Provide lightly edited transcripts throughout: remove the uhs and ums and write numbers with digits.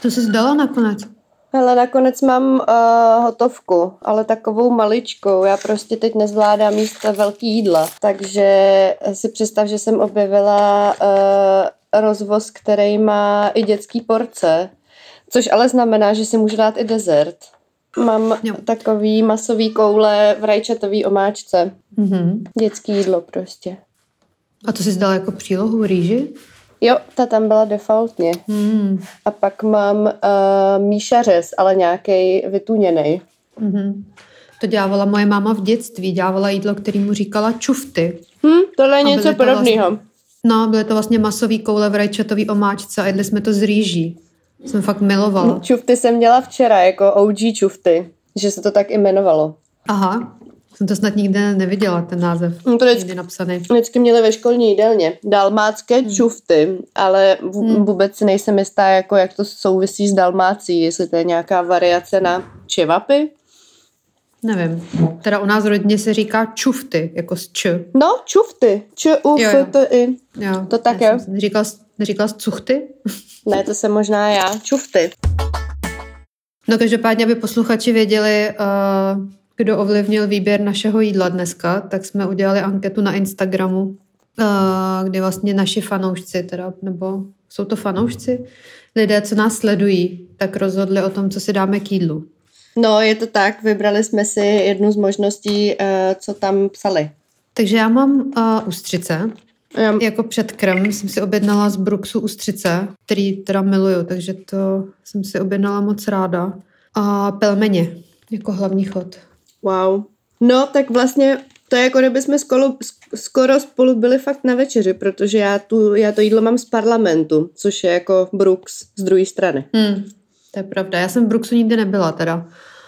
To jsi dala nakonec? Hele, nakonec mám hotovku, ale takovou maličkou. Já prostě teď nezvládám jíst velký jídla. Takže si představ, že jsem objevila rozvoz, který má i dětský porce. Což ale znamená, že si můžu dát i dezert. Mám takový masový koule v rajčatový omáčce. Mm-hmm. Dětský jídlo prostě. A to jsi dala jako přílohu rýži? Jo, ta tam byla defaultně. A pak mám míšařez, ale nějakej vytuněnej. Mm-hmm. To dělávala moje máma v dětství. Dělávala jídlo, kterému říkala čufty. Tohle je něco podobného. Vlastně, no, byly to vlastně masový koule v rajčatový omáčce a jedli jsme to z rýží. Jsem fakt milovala. Čufty jsem měla včera, jako OG čufty, že se to tak jmenovalo. Aha, jsem to snad nikde neviděla, ten název. To někdy napsaný. Vždycky měli ve školní jídelně dalmácké čufty, ale vůbec si nejsem jistá, jako jak to souvisí s Dalmácí, jestli to je nějaká variace na čevapy. Nevím. Teda u nás rodně se říká čufty, jako z č. No, čufty. Č-u-f-t-i. Jo. To tak je. Neříkala jsi cuchty? Ne, to jsem možná já. Čufty. No každopádně, aby posluchači věděli, kdo ovlivnil výběr našeho jídla dneska, tak jsme udělali anketu na Instagramu, kde vlastně naši fanoušci, teda, nebo jsou to fanoušci, lidé, co nás sledují, tak rozhodli o tom, co si dáme k jídlu. No, je to tak, vybrali jsme si jednu z možností, co tam psali. Takže já mám ustřice. Jako předkrm jsem si objednala z Bruxu ustřice, který teda miluju, takže to jsem si objednala moc ráda. A pelmeně, jako hlavní chod. Wow. No, tak vlastně to je jako kdyby jsme skoro spolu byli fakt na večeři, protože já to jídlo mám z Parlamentu, což je jako Brux z druhé strany. To je pravda. Já jsem v Bruxu nikdy nebyla teda.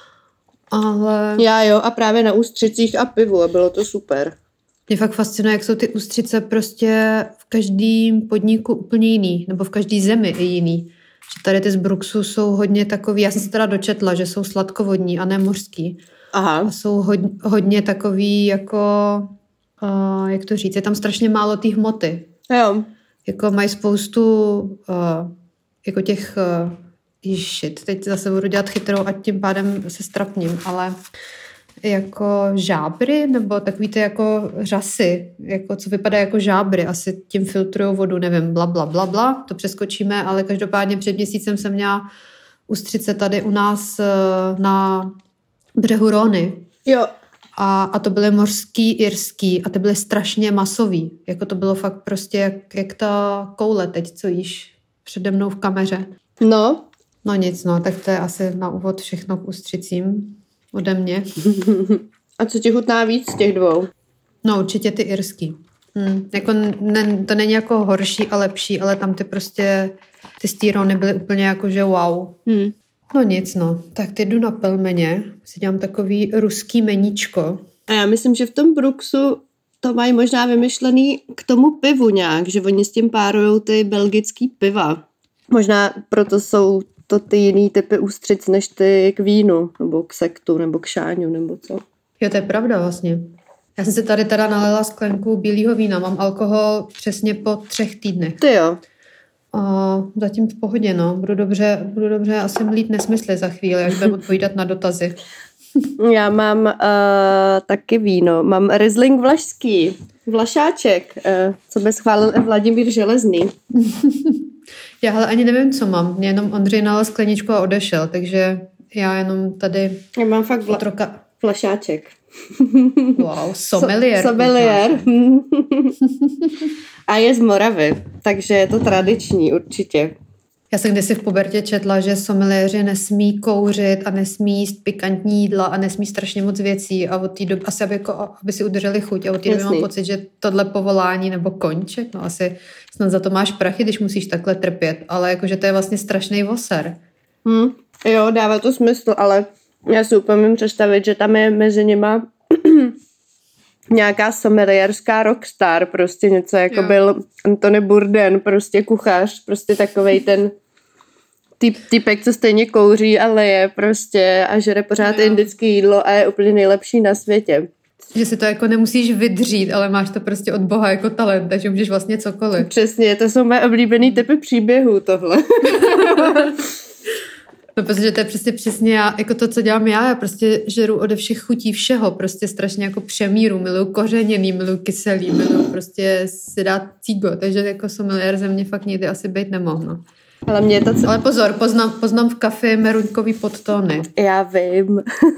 Ale... Já jo, a právě na ústřicích a pivu a bylo to super. Mě fakt fascinuje, jak jsou ty ústřice prostě v každém podniku úplně jiný, nebo v každé zemi i jiný. Že tady ty z Bruxu jsou hodně takový, já jsem se teda dočetla, že jsou sladkovodní a ne mořský. Aha. A jsou hodně takový jako, jak to říct, je tam strašně málo té hmoty. Jo. Jako mají spoustu jako těch, teď zase budu dělat chytrou a tím pádem se strapním, ale jako žábry, nebo takový ty jako řasy, jako co vypadá jako žábry, asi tím filtrujou vodu, nevím, bla, bla, bla, bla, to přeskočíme, ale každopádně před měsícem jsem měla ústřice tady u nás na břehu Rony. Jo. A to byly mořský, irský a ty byly strašně masový. Jako to bylo fakt prostě jak ta koule teď, co jíš přede mnou v kameře. No. No nic, no, tak to je asi na úvod všechno k ústřicím ode mě. A co ti chutná víc z těch dvou? No určitě ty irský. Jako to není jako horší a lepší, ale tam ty prostě, ty stýrony byly úplně jako, že wow. No nic, no. Tak ty jdu na pelmeně, si dělám takový ruský meníčko. A já myslím, že v tom Bruxu to mají možná vymyšlený k tomu pivu nějak, že oni s tím párujou ty belgický piva. Možná proto jsou to ty jiný typy ústřic než ty k vínu, nebo k sektu, nebo k šáňu, nebo co. Jo, to je pravda vlastně. Já jsem si tady teda nalela sklenku bílého vína. Mám alkohol přesně po 3 týdnech. Ty jo. A zatím v pohodě, no. Budu dobře asi mlít nesmysly za chvíli, až budeme odpovídat na dotazy. Já mám taky víno. Mám Riesling vlašský. Vlašáček, co by schválil Vladimír Železný. Já ale ani nevím, co mám. Mě jenom Ondřej nalil skleničku a odešel, takže já jenom tady... Já mám fakt vlašáček. Wow, sommelier. Sommelier. A je z Moravy, takže je to tradiční určitě. Já jsem kdysi v pubertě četla, že sommeliéři nesmí kouřit a nesmí jíst pikantní jídla a nesmí strašně moc věcí a od té doby, asi aby si udrželi chuť a od té doby mám pocit, že tohle povolání nebo koníček, no asi snad za to máš prachy, když musíš takhle trpět, ale jakože to je vlastně strašný voser. Jo, dává to smysl, ale já si úplně můžu představit, že tam je mezi nima nějaká sommeliérská rockstar, prostě něco jako byl Anthony Bourdain, prostě kuchař, prostě takovej ten typek, co stejně kouří a leje prostě a žere pořád indické jídlo a je úplně nejlepší na světě. Že si to jako nemusíš vydřít, ale máš to prostě od Boha jako talent, takže můžeš vlastně cokoliv. Přesně, to jsou mé oblíbený typy příběhů tohle. No, protože to je prostě přesně já, jako to, co dělám já prostě žeru ode všech chutí všeho, prostě strašně jako přemíru, miluju kořeněný, miluju kyselý, miluju prostě si dát cígo, takže jako sommelier ze mě fakt nikdy asi být nemohl, no. Ale mě to... Ale pozor, poznám v kafi meruňkový podtóny. Já vím.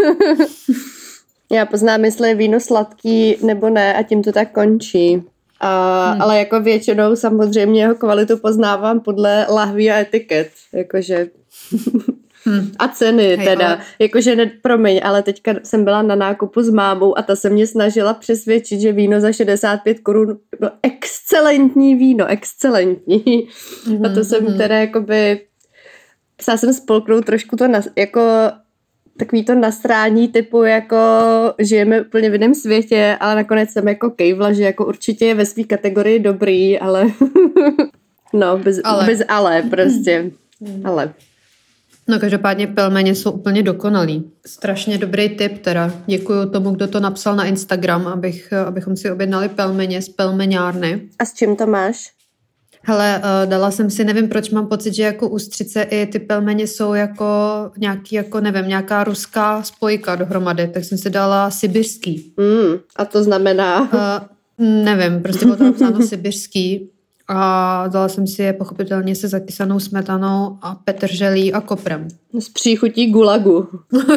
Já poznám, jestli je víno sladký nebo ne a tím to tak končí. Ale jako většinou samozřejmě jeho kvalitu poznávám podle lahví a etiket. Jakože... A ceny teda. Ale... Jakože, promiň, ale teďka jsem byla na nákupu s mámou a ta se mě snažila přesvědčit, že víno za 65 korun bylo excelentní víno, excelentní. A to jsem teda jakoby... Psala jsem spolknout trošku to jako... Takový to nasrání typu jako žijeme úplně v jiném světě, ale nakonec jsem jako kejvla, že jako určitě je ve své kategorii dobrý, ale no, bez ale prostě. Ale. No každopádně pelmeně jsou úplně dokonalý. Strašně dobrý tip teda. Děkuju tomu, kdo to napsal na Instagram, abychom si objednali pelmeně z pelmeňárny. A s čím to máš? Hele, dala jsem si, nevím proč, mám pocit, že jako ústřice i ty pelmeně jsou jako nějaký, jako nevím, nějaká ruská spojka dohromady, tak jsem si dala sibiřský. A to znamená? Nevím, prostě bylo to napsáno sibiřský a dala jsem si je pochopitelně se zakysanou smetanou a petrželí a koprem. S příchutí gulagu.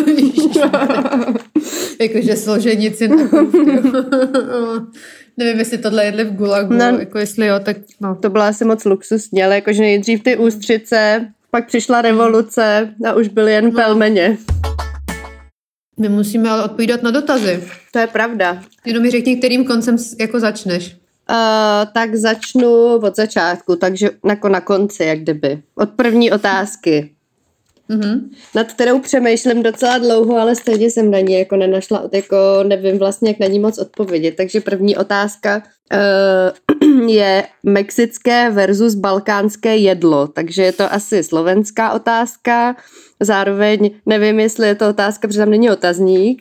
Jakože složenici na Nevím, jestli tohle jedli v gulagu, jako jestli jo, tak no. To bylo asi moc luxusní, ale jakože nejdřív ty ústřice, pak přišla revoluce a už byly jen pelmeně. My musíme ale odpovídat na dotazy. To je pravda. Jenom mi řekni, kterým koncem jako začneš. Tak začnu od začátku, takže na konci, jak kdyby. Od první otázky. Nad kterou přemýšlím docela dlouho, ale stejně jsem na ní jako nenašla, jako nevím vlastně, jak na ní moc odpovědět. Takže první otázka je mexické versus balkánské jedlo, takže je to asi slovenská otázka, zároveň nevím, jestli je to otázka, protože tam není otazník,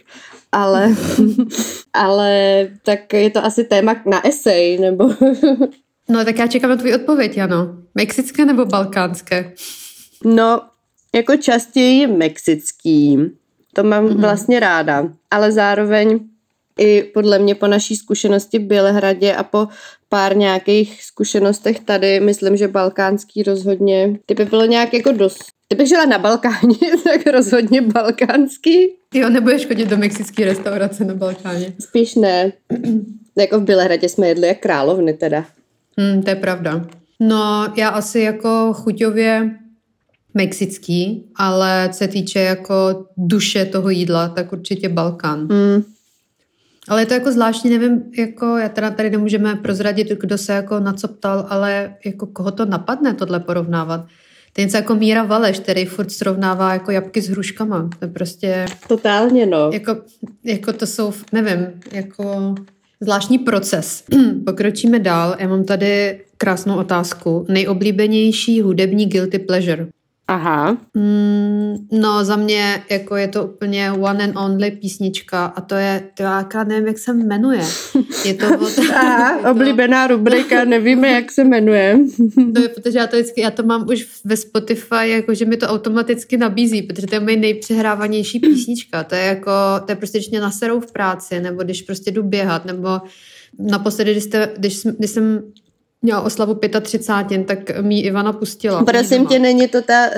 ale tak je to asi téma na esej, nebo... No tak já čekám na tvůj odpověď, Jano. Mexické nebo balkánské? No, jako častěji mexický, to mám vlastně ráda, ale zároveň i podle mě po naší zkušenosti v Bělehradě a po pár nějakých zkušenostech tady, myslím, že balkánský rozhodně, kdyby bylo nějak jako dost. Kdybych žila na Balkáně, tak rozhodně balkánský. Jo, nebudeš chodit do mexické restaurace na Balkáně. Spíš ne. Jako v Bělehradě jsme jedli jak královny teda. To je pravda. No, já asi jako chuťově mexický, ale co se týče jako duše toho jídla, tak určitě Balkán. Ale je to jako zvláštní, nevím, jako já teda tady nemůžeme prozradit, kdo se jako na co ptal, ale jako koho to napadne tohle porovnávat. To je něco jako Míra Valeš, který furt srovnává jako jabky s hruškama. To je prostě... Totálně, no. Jako to jsou, nevím, jako zvláštní proces. Pokročíme dál. Já mám tady krásnou otázku. Nejoblíbenější hudební guilty pleasure. Aha. No za mě jako je to úplně one and only písnička a to je, já nevím, jak se jmenuje. Je to oblíbená rubrika, nevíme, jak se jmenuje. To je, protože já to mám už ve Spotify, jakože mi to automaticky nabízí, protože to je moje nejpřehrávanější písnička. To je prostě, když mě naserou v práci, nebo když prostě jdu běhat, nebo naposledy, když jsem měla oslavu 35, tak mi Ivana pustila. Prosím tě, není to ta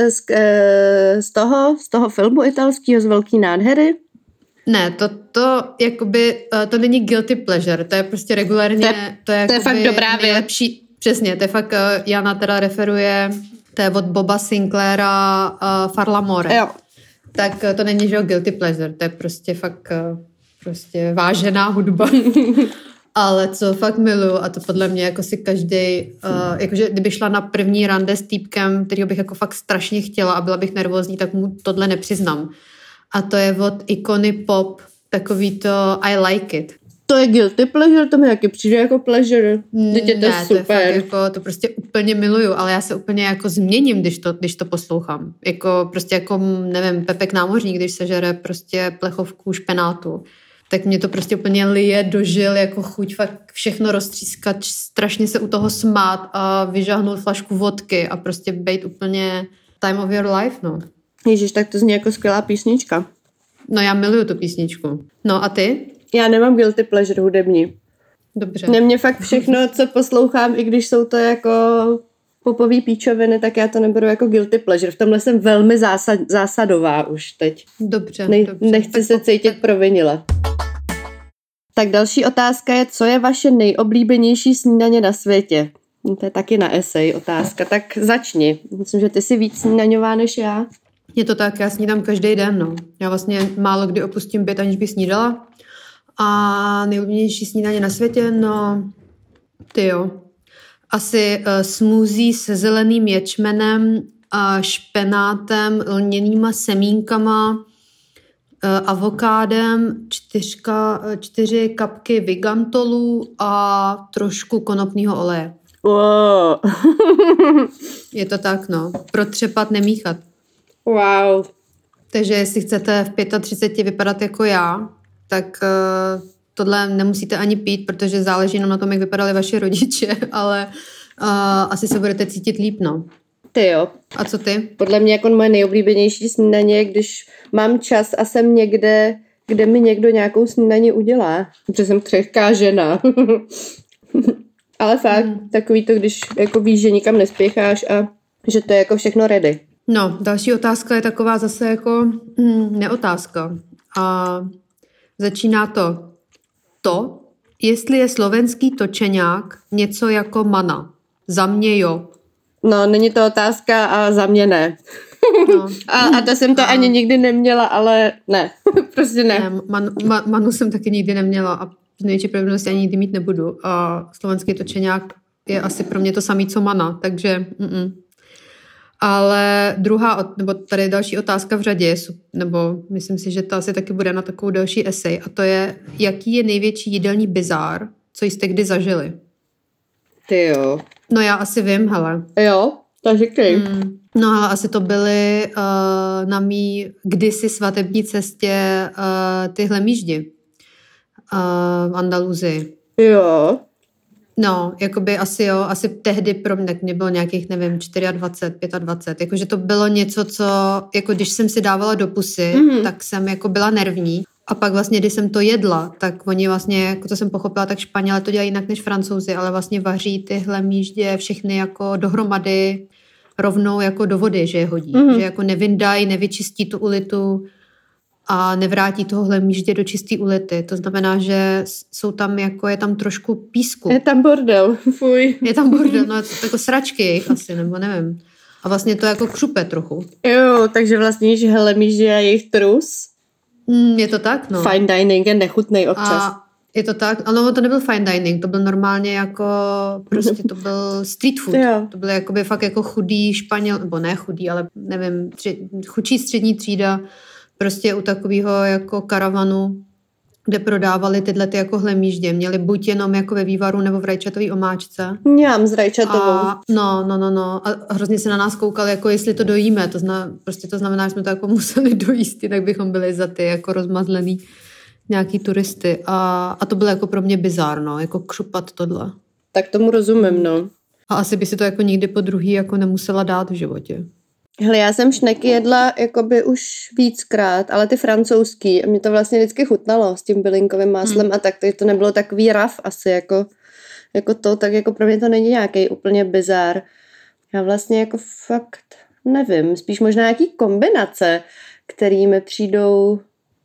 z toho filmu italského z Velký nádhery? Ne, to jakoby, to není guilty pleasure, to je prostě regulárně, to je fakt dobrá nejlepší, přesně, to je fakt, Jana teda referuje, to je od Boba Sinclaira Farlamore. Jo. Tak to není, že guilty pleasure, to je prostě fakt prostě vážená hudba. Ale co fakt miluju, a to podle mě jako si každej, jakože kdyby šla na první rande s týpkem, kterýho bych jako fakt strašně chtěla a byla bych nervózní, tak mu tohle nepřiznám. A to je od ikony pop, takový to I Like It. To je guilty pleasure, to mi taky přijde jako pleasure. Ne, to je super. To je fakt jako, to prostě úplně miluju, ale já se úplně jako změním, když to poslouchám. Jako prostě jako, nevím, Pepek námořník, když sežere prostě plechovku špenátu. Tak mě to prostě úplně lije do žil, jako chuť fakt všechno roztřískat, strašně se u toho smát a vyžáhnout flašku vodky a prostě být úplně time of your life, no. Ježiš, tak to zní jako skvělá písnička. No já miluju tu písničku. No a ty? Já nemám guilty pleasure hudební. Dobře. Ne, mě fakt všechno, co poslouchám, i když jsou to jako popový píčoviny, tak já to neberu jako guilty pleasure. V tomhle jsem velmi zásadová už teď. Dobře. Nechci tak se cítit provinile. Tak další otázka je, co je vaše nejoblíbenější snídaně na světě? To je taky na esej otázka. Tak začni. Myslím, že ty jsi víc snídaňová než já. Je to tak, já snídám každý den, no. Já vlastně málo kdy opustím byt, aniž bych snídala. A nejoblíbenější snídaně na světě, no, tyjo. Asi smoothie se zeleným ječmenem, špenátem, lněnýma semínkama, avokádem, 4 kapky vigantolů a trošku konopného oleje. Wow. Je to tak, no. Protřepat, nemíchat. Wow. Takže jestli chcete v 35 vypadat jako já, tak tohle nemusíte ani pít, protože záleží jenom na tom, jak vypadali vaši rodiče, ale asi se budete cítit líp, no. Ty jo. A co ty? Podle mě jako moje nejoblíbenější snídaně, když mám čas a jsem někde, kde mi někdo nějakou snídaní udělá. Protože jsem křehká žena. Ale fakt, takový to, když jako víš, že nikam nespěcháš a že to je jako všechno ready. No, další otázka je taková zase jako neotázka. A začíná to, jestli je slovenský točeňák něco jako mana. Za mě jo. No, není to otázka a za mě ne. No. a to jsem to ani nikdy neměla, ale ne. Prostě ne. Manu jsem taky nikdy neměla a v největší pravděpodobnosti ani nikdy mít nebudu. A slovenský točeňák je asi pro mě to samý, co mana, takže Ale nebo tady další otázka v řadě, nebo myslím si, že to asi taky bude na takovou další esej, a to je, jaký je největší jídelní bizár, co jste kdy zažili? Ty jo. No já asi vím, hele. Jo, tak říkej. No ale asi to byly na mý kdysi svatební cestě tyhle míždi v Andaluzii. Jo. No, jakoby asi tehdy pro mě bylo nějakých, nevím, 24, 25, jakože to bylo něco, co, jako když jsem si dávala do pusy, tak jsem jako byla nervní. A pak vlastně, když jsem to jedla, tak oni vlastně, jako to jsem pochopila, tak Španělé to dělají jinak než Francouzi, ale vlastně vaří tyhle míždě všechny jako dohromady rovnou jako do vody, že je hodí. Že jako nevyndají, nevyčistí tu ulitu a nevrátí tohohle míždě do čisté ulity. To znamená, že jsou tam je tam trošku písku. Je tam bordel, fuj. Je tam bordel, no jako sračky jejich asi, nebo nevím. A vlastně to jako křupe trochu. Jo, takže vlastně, že hele míždě je jejich trus. Je to tak, no. Fine dining je nechutnej občas. A je to tak, ale to nebyl fine dining, to byl normálně jako, prostě to byl street food. Jo. To byl jakoby fakt jako chudý Španěl, nebo ne chudý, ale nevím, chudší střední třída, prostě u takového jako karavanu, kde prodávali tyhle ty jako hlemíždě. Měli buď jenom jako ve vývaru nebo v rajčatové omáčce. Já s rajčatovou. No. A hrozně se na nás koukali, jako jestli to dojíme. To znamená, že jsme to jako museli dojíst, jinak bychom byli za ty jako rozmazlený nějaký turisty. A to bylo jako pro mě bizárno, jako křupat tohle. Tak tomu rozumím, no. A asi by si to jako nikdy po druhý jako nemusela dát v životě. Hele, já jsem šneky jedla jakoby už víckrát, ale ty francouzský. A mě to vlastně vždycky chutnalo s tím bylinkovým máslem a tak. To nebylo takový raf asi jako to, tak jako pro mě to není nějaký úplně bizár. Já vlastně jako fakt nevím, spíš možná nějaký kombinace, který mi přijdou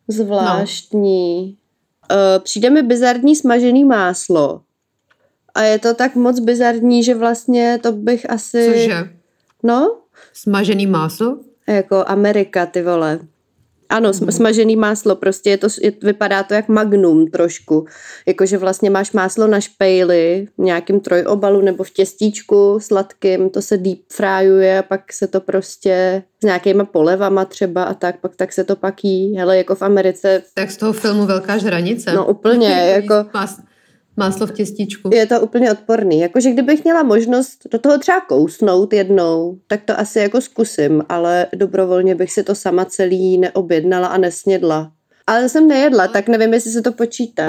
zvláštní. No. Přijde mi bizarní smažený máslo. A je to tak moc bizarní, že vlastně to bych asi... Cože? No? Smažený máslo? Jako Amerika, ty vole. Ano, smažený máslo, prostě vypadá to jak Magnum trošku. Jakože vlastně máš máslo na špejli, v nějakým trojobalu nebo v těstíčku sladkým, to se deep fryuje a pak se to prostě s nějakýma polevama třeba a tak se to pak jí. Hele, jako v Americe. Tak z toho filmu Velká žranice. No úplně, jako... Máslo v těstíčku. Je to úplně odporný. Jakože kdybych měla možnost do toho třeba kousnout jednou, tak to asi jako zkusím, ale dobrovolně bych si to sama celý neobjednala a nesnědla. Ale jsem nejedla, tak nevím, jestli se to počítá.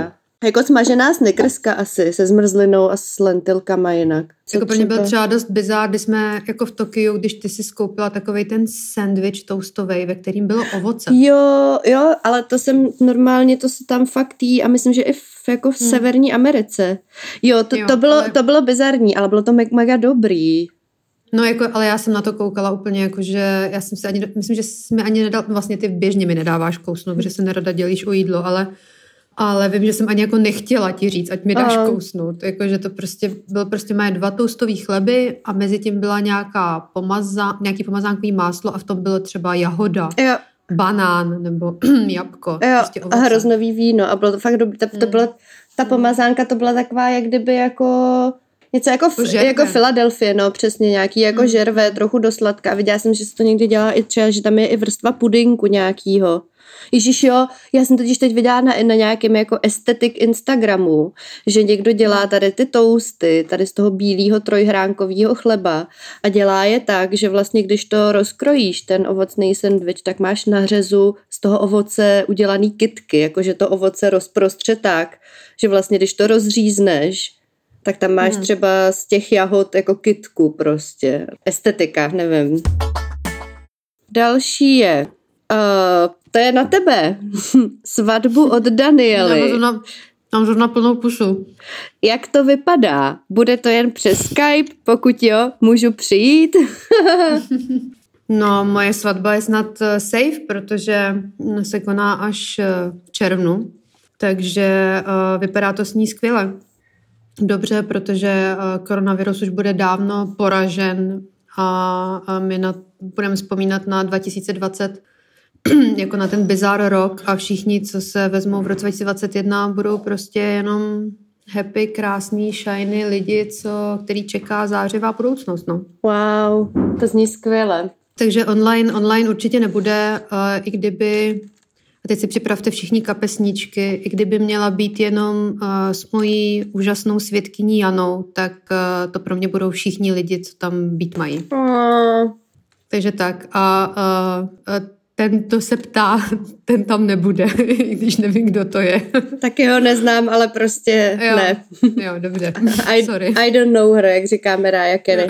Jako smažená snickerska asi, se zmrzlinou a s lentilkama jinak. Jako pro mě byl třeba dost bizár, když jsme jako v Tokiu, když ty si skoupila takovej ten sandwich toastovej, ve kterým bylo ovoce. Jo, ale to jsem normálně, to se tam fakt jí a myslím, že i jako v Severní Americe. Jo, to bylo bizarní, ale bylo to mega dobrý. No jako, ale já jsem na to koukala úplně jako, že já jsem si myslím, že jsi mi ani nedal, vlastně ty běžně mi nedáváš kousnout, protože se nerada dělíš o jídlo, ale vím, že jsem ani jako nechtěla ti říct, ať mi dáš kousnout. Jako, že to bylo prostě moje 2 toastový chleby a mezi tím byla nějaký pomazánkový máslo a v tom bylo třeba jahoda, banán nebo jabko. Prostě a hroznový víno a bylo to fakt dobrý. Ta pomazánka to byla taková, jak kdyby jako něco jako Filadelfie, no přesně, nějaký jako žerve, trochu do sladka. A viděla jsem, že se to někdy dělá i třeba, že tam je i vrstva pudinku nějakýho. Ježiš jo, já jsem totiž teď viděla na nějakém jako estetik Instagramu, že někdo dělá tady ty toasty, tady z toho bílého trojhránkového chleba a dělá je tak, že vlastně když to rozkrojíš, ten ovocný sendvič, tak máš na řezu z toho ovoce udělaný kytky, jakože to ovoce rozprostře tak, že vlastně když to rozřízneš, tak tam máš třeba z těch jahod jako kytku prostě. Estetika, nevím. Další je... to je na tebe. Svatbu od Daniely. Mám to na plnou pusu. Jak to vypadá? Bude to jen přes Skype? Pokud jo, můžu přijít? No, moje svatba je snad safe, protože se koná až v červnu. Takže vypadá to s ní skvěle. Dobře, protože koronavirus už bude dávno poražen a my budeme vzpomínat na 2020 jako na ten bizarr rok a všichni, co se vezmou v roce 2021, budou prostě jenom happy, krásný, shiny lidi, který čeká zářivá budoucnost. No. Wow, to zní skvěle. Takže online určitě nebude, i kdyby, a teď si připravte všichni kapesníčky, i kdyby měla být jenom s mojí úžasnou svědkyní Janou, tak to pro mě budou všichni lidi, co tam být mají. Takže tak. Ten, kdo se ptá, ten tam nebude, i když nevím, kdo to je. Taky ho neznám, ale prostě ne. Jo, dobře. Sorry. I don't know her, jak říká Mariah Carey.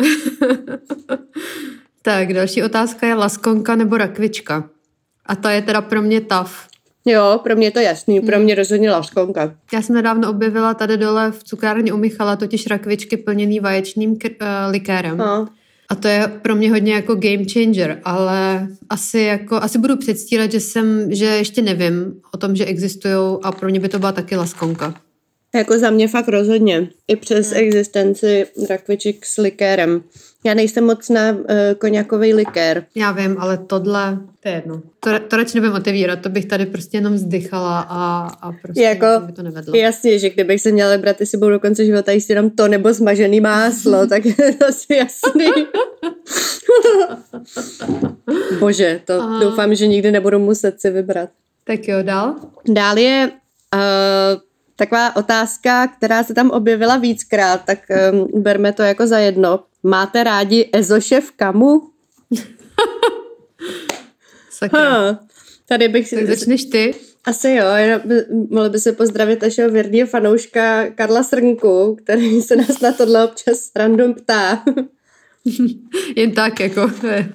Tak, další otázka je laskonka nebo rakvička. A ta je teda pro mě tough. Jo, pro mě to jasný, pro mě rozhodně laskonka. Já jsem nedávno objevila tady dole v cukrárně u Michala totiž rakvičky plněný vaječným likérem. A to je pro mě hodně jako game changer, ale asi budu předstírat, že ještě nevím o tom, že existujou a pro mě by to byla taky laskonka. Jako za mě fakt rozhodně. I přes existenci rakviček s likérem. Já nejsem moc na koňakový likér. Já vím, ale tohle, to je jedno. To radši nebudem otevírat, to bych tady prostě jenom vzdychala a prostě jako, by to nevedlo. Jasně, že kdybych se měla vybrat, jestli budu do konce života jíst jenom to nebo smažený máslo, tak je to asi jasný. Bože, to doufám, že nikdy nebudu muset si vybrat. Tak jo, dál? Dál je taková otázka, která se tam objevila víckrát, tak berme to jako za jedno. Máte rádi Ezoše v kamu? Sakra. Tady bych... Tak začneš ty? Asi jo, mohli by se pozdravit našeho věrného fanouška Karla Srnku, který se nás na tohle občas random ptá. Jen tak, jako.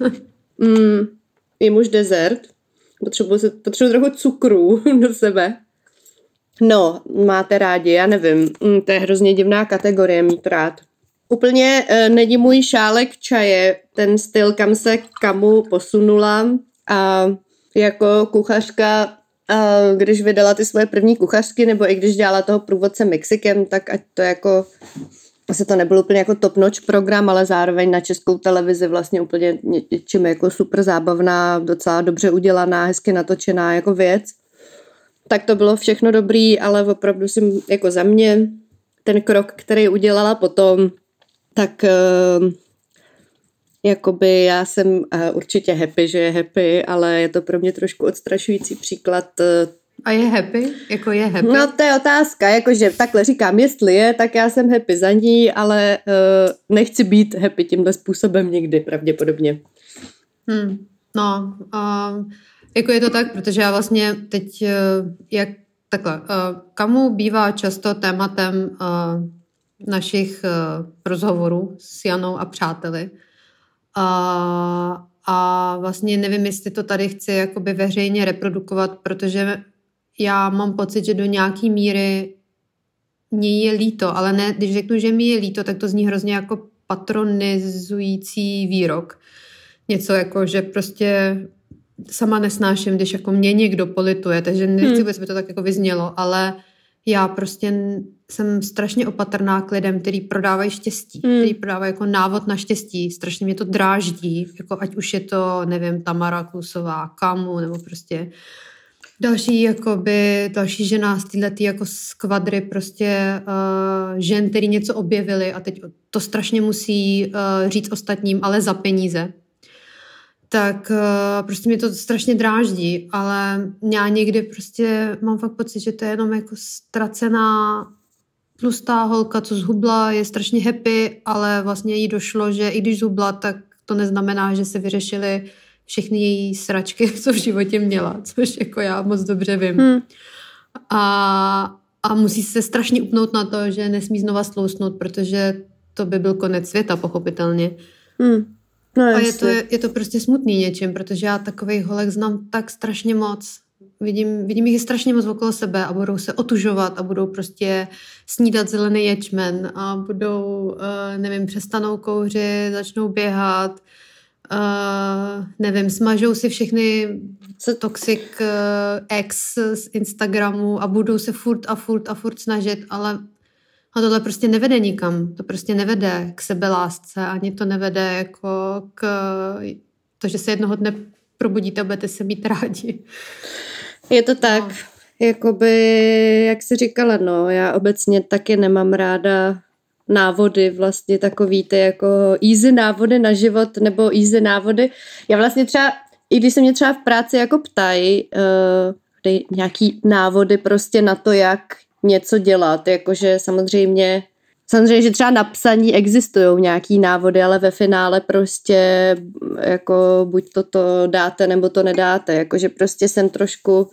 Jím už dezert. Potřebuji trochu cukru do sebe. No, máte rádi, já nevím. To je hrozně divná kategorie mít rád. Úplně není můj šálek čaje, ten styl, kam se kamu posunula. A jako kuchařka, když vydala ty svoje první kuchařky, nebo i když dělala toho průvodce Mexikem, tak ať to jako... Asi to nebyl úplně jako top notch program, ale zároveň na Českou televizi vlastně úplně něčím jako super zábavná, docela dobře udělaná, hezky natočená jako věc. Tak to bylo všechno dobrý, ale opravdu si jako za mě ten krok, který udělala potom, tak jakoby já jsem určitě happy, že je happy, ale je to pro mě trošku odstrašující příklad. A je happy? Jako je happy? No to je otázka, jakože takhle říkám, jestli je, tak já jsem happy za ní, ale nechci být happy tímhle způsobem nikdy pravděpodobně. No, jako je to tak, protože já vlastně teď, jak Takhle, kamu bývá často tématem našich rozhovorů s Janou a přáteli. A vlastně nevím, jestli to tady chci jakoby veřejně reprodukovat, protože já mám pocit, že do nějaký míry mě je líto, ale ne, když řeknu, že mi je líto, tak to zní hrozně jako patronizující výrok. Něco jako, že prostě sama nesnáším, když jako mě někdo polituje, takže nechci vůbec, by to tak jako vyznělo, ale já prostě jsem strašně opatrná k lidem, který prodávají štěstí, který prodávají jako návod na štěstí, strašně mě to dráždí, jako ať už je to, nevím, Tamara Klusová, Kamu, nebo prostě další žena z této jako skvadry prostě žen, který něco objevili a teď to strašně musí říct ostatním, ale za peníze. Tak prostě mě to strašně dráždí, ale já někdy prostě mám fakt pocit, že to je jenom jako ztracená tlustá holka, co zhubla, je strašně happy, ale vlastně jí došlo, že i když zhubla, tak to neznamená, že se vyřešily všechny její sračky, co v životě měla, což jako já moc dobře vím. A musí se strašně upnout na to, že nesmí znova stlousnout, protože to by byl konec světa, pochopitelně. No, a je to prostě smutný něčím, protože já takových holek znám tak strašně moc. Vidím jich strašně moc okolo sebe a budou se otužovat a budou prostě snídat zelený ječmen a budou, nevím, přestanou kouřit, začnou běhat, nevím, smažou si všechny toxic ex z Instagramu a budou se furt snažit, ale a tohle prostě nevede nikam. To prostě nevede k sebelásce, ani to nevede jako k to, že se jednoho dne probudíte a budete se mít rádi. Je to tak, jakoby, jak jsi říkala, no, já obecně taky nemám ráda návody, vlastně takový ty jako easy návody na život, nebo easy návody. Já vlastně třeba, i když se mě třeba v práci jako ptají, nějaký návody prostě na to, jak něco dělat, jakože samozřejmě, že třeba na psaní existují nějaký návody, ale ve finále prostě jako buď to dáte, nebo to nedáte, jakože prostě jsem trošku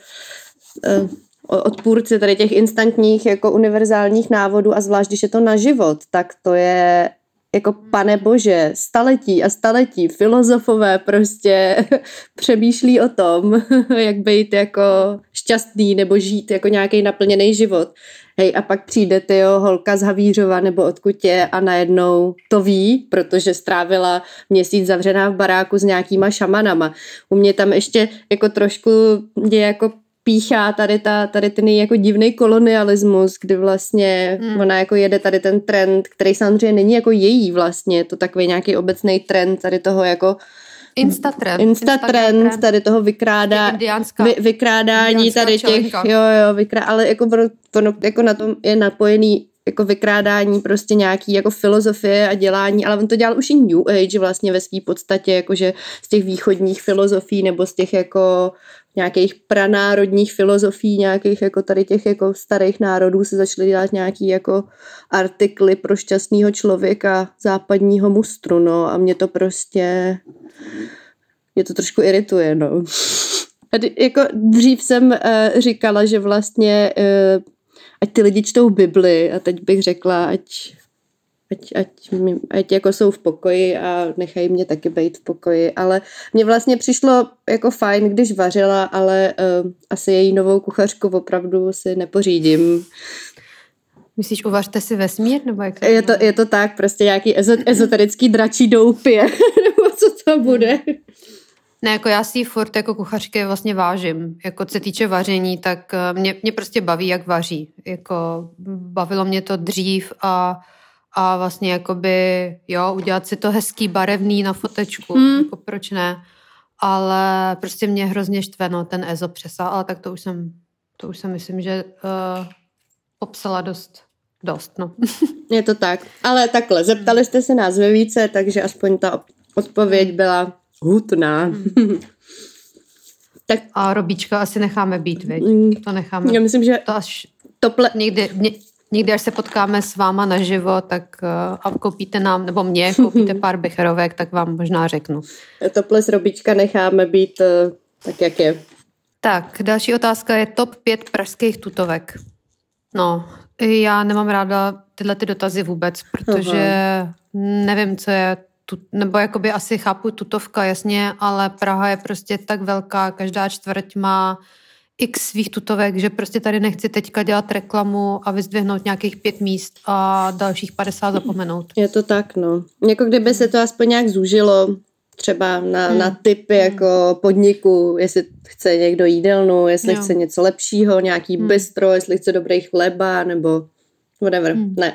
odpůrci tady těch instantních jako univerzálních návodů a zvlášť, když je to na život, tak to je jako pane bože, staletí a staletí filozofové prostě přemýšlí o tom, jak být jako šťastný nebo žít jako nějaký naplněný život. Hej, a pak přijde holka z Havířova nebo odkud je a najednou to ví, protože strávila měsíc zavřená v baráku s nějakýma šamanama. U mě tam ještě jako trošku je jako píchá tady ten jako divný kolonialismus, kdy vlastně ona jako jede tady ten trend, který samozřejmě není jako její vlastně, je to takový nějaký obecný trend tady toho jako Instatrend tady toho vykrádání tady těch, ale jako ono jako na tom je napojený jako vykrádání prostě nějaký jako filozofie a dělání, ale on to dělal už i New Age vlastně ve své podstatě, jakože z těch východních filozofií nebo z těch jako nějakých pranárodních filozofií, nějakých jako tady těch jako starých národů se začaly dělat nějaký jako artikly pro šťastného člověka západního mustru, no a mě to trošku irituje, no. Jako dřív jsem říkala, že vlastně ať ty lidi čtou Bibli a teď bych řekla, ať jako jsou v pokoji a nechají mě taky být v pokoji, ale mně vlastně přišlo jako fajn, když vařila, ale asi její novou kuchařku opravdu si nepořídím. Myslíš, uvařte si vesmír? Nebo jak je to tak, prostě nějaký ezoterický dračí doupě, nebo co to bude? Ne, jako já si furt jako kuchařky vlastně vážím. Jako co se týče vaření, tak mě prostě baví, jak vaří. Jako bavilo mě to dřív a vlastně jakoby, udělat si to hezký, barevný na fotečku. Jako proč ne? Ale prostě mě hrozně štve, ten ezo přesah, ale tak to už jsem myslím, že popsala dost, no. Je to tak. Ale takhle, zeptali jste se nás ve více, takže aspoň ta odpověď byla hutná. Tak. A Robíčka asi necháme být, viď? To necháme. Já myslím, že to až někdy, až se potkáme s váma naživo, tak a koupíte nám, nebo mě koupíte pár becherovek, tak vám možná řeknu. Tople s Robíčka necháme být tak, jak je. Tak, další otázka je top 5 pražských tutovek. No, já nemám ráda tyhle ty dotazy vůbec, protože nevím, co je, nebo jakoby asi chápu tutovka, jasně, ale Praha je prostě tak velká, každá čtvrť má x svých tutovek, že prostě tady nechci teďka dělat reklamu a vyzdvihnout nějakých 5 míst a dalších 50 zapomenout. Je to tak, no. Jako kdyby se to aspoň nějak zúžilo třeba na typy jako podniku, jestli chce někdo jídelnu, jestli chce něco lepšího, nějaký bistro, jestli chce dobrý chleba, nebo whatever. Ne.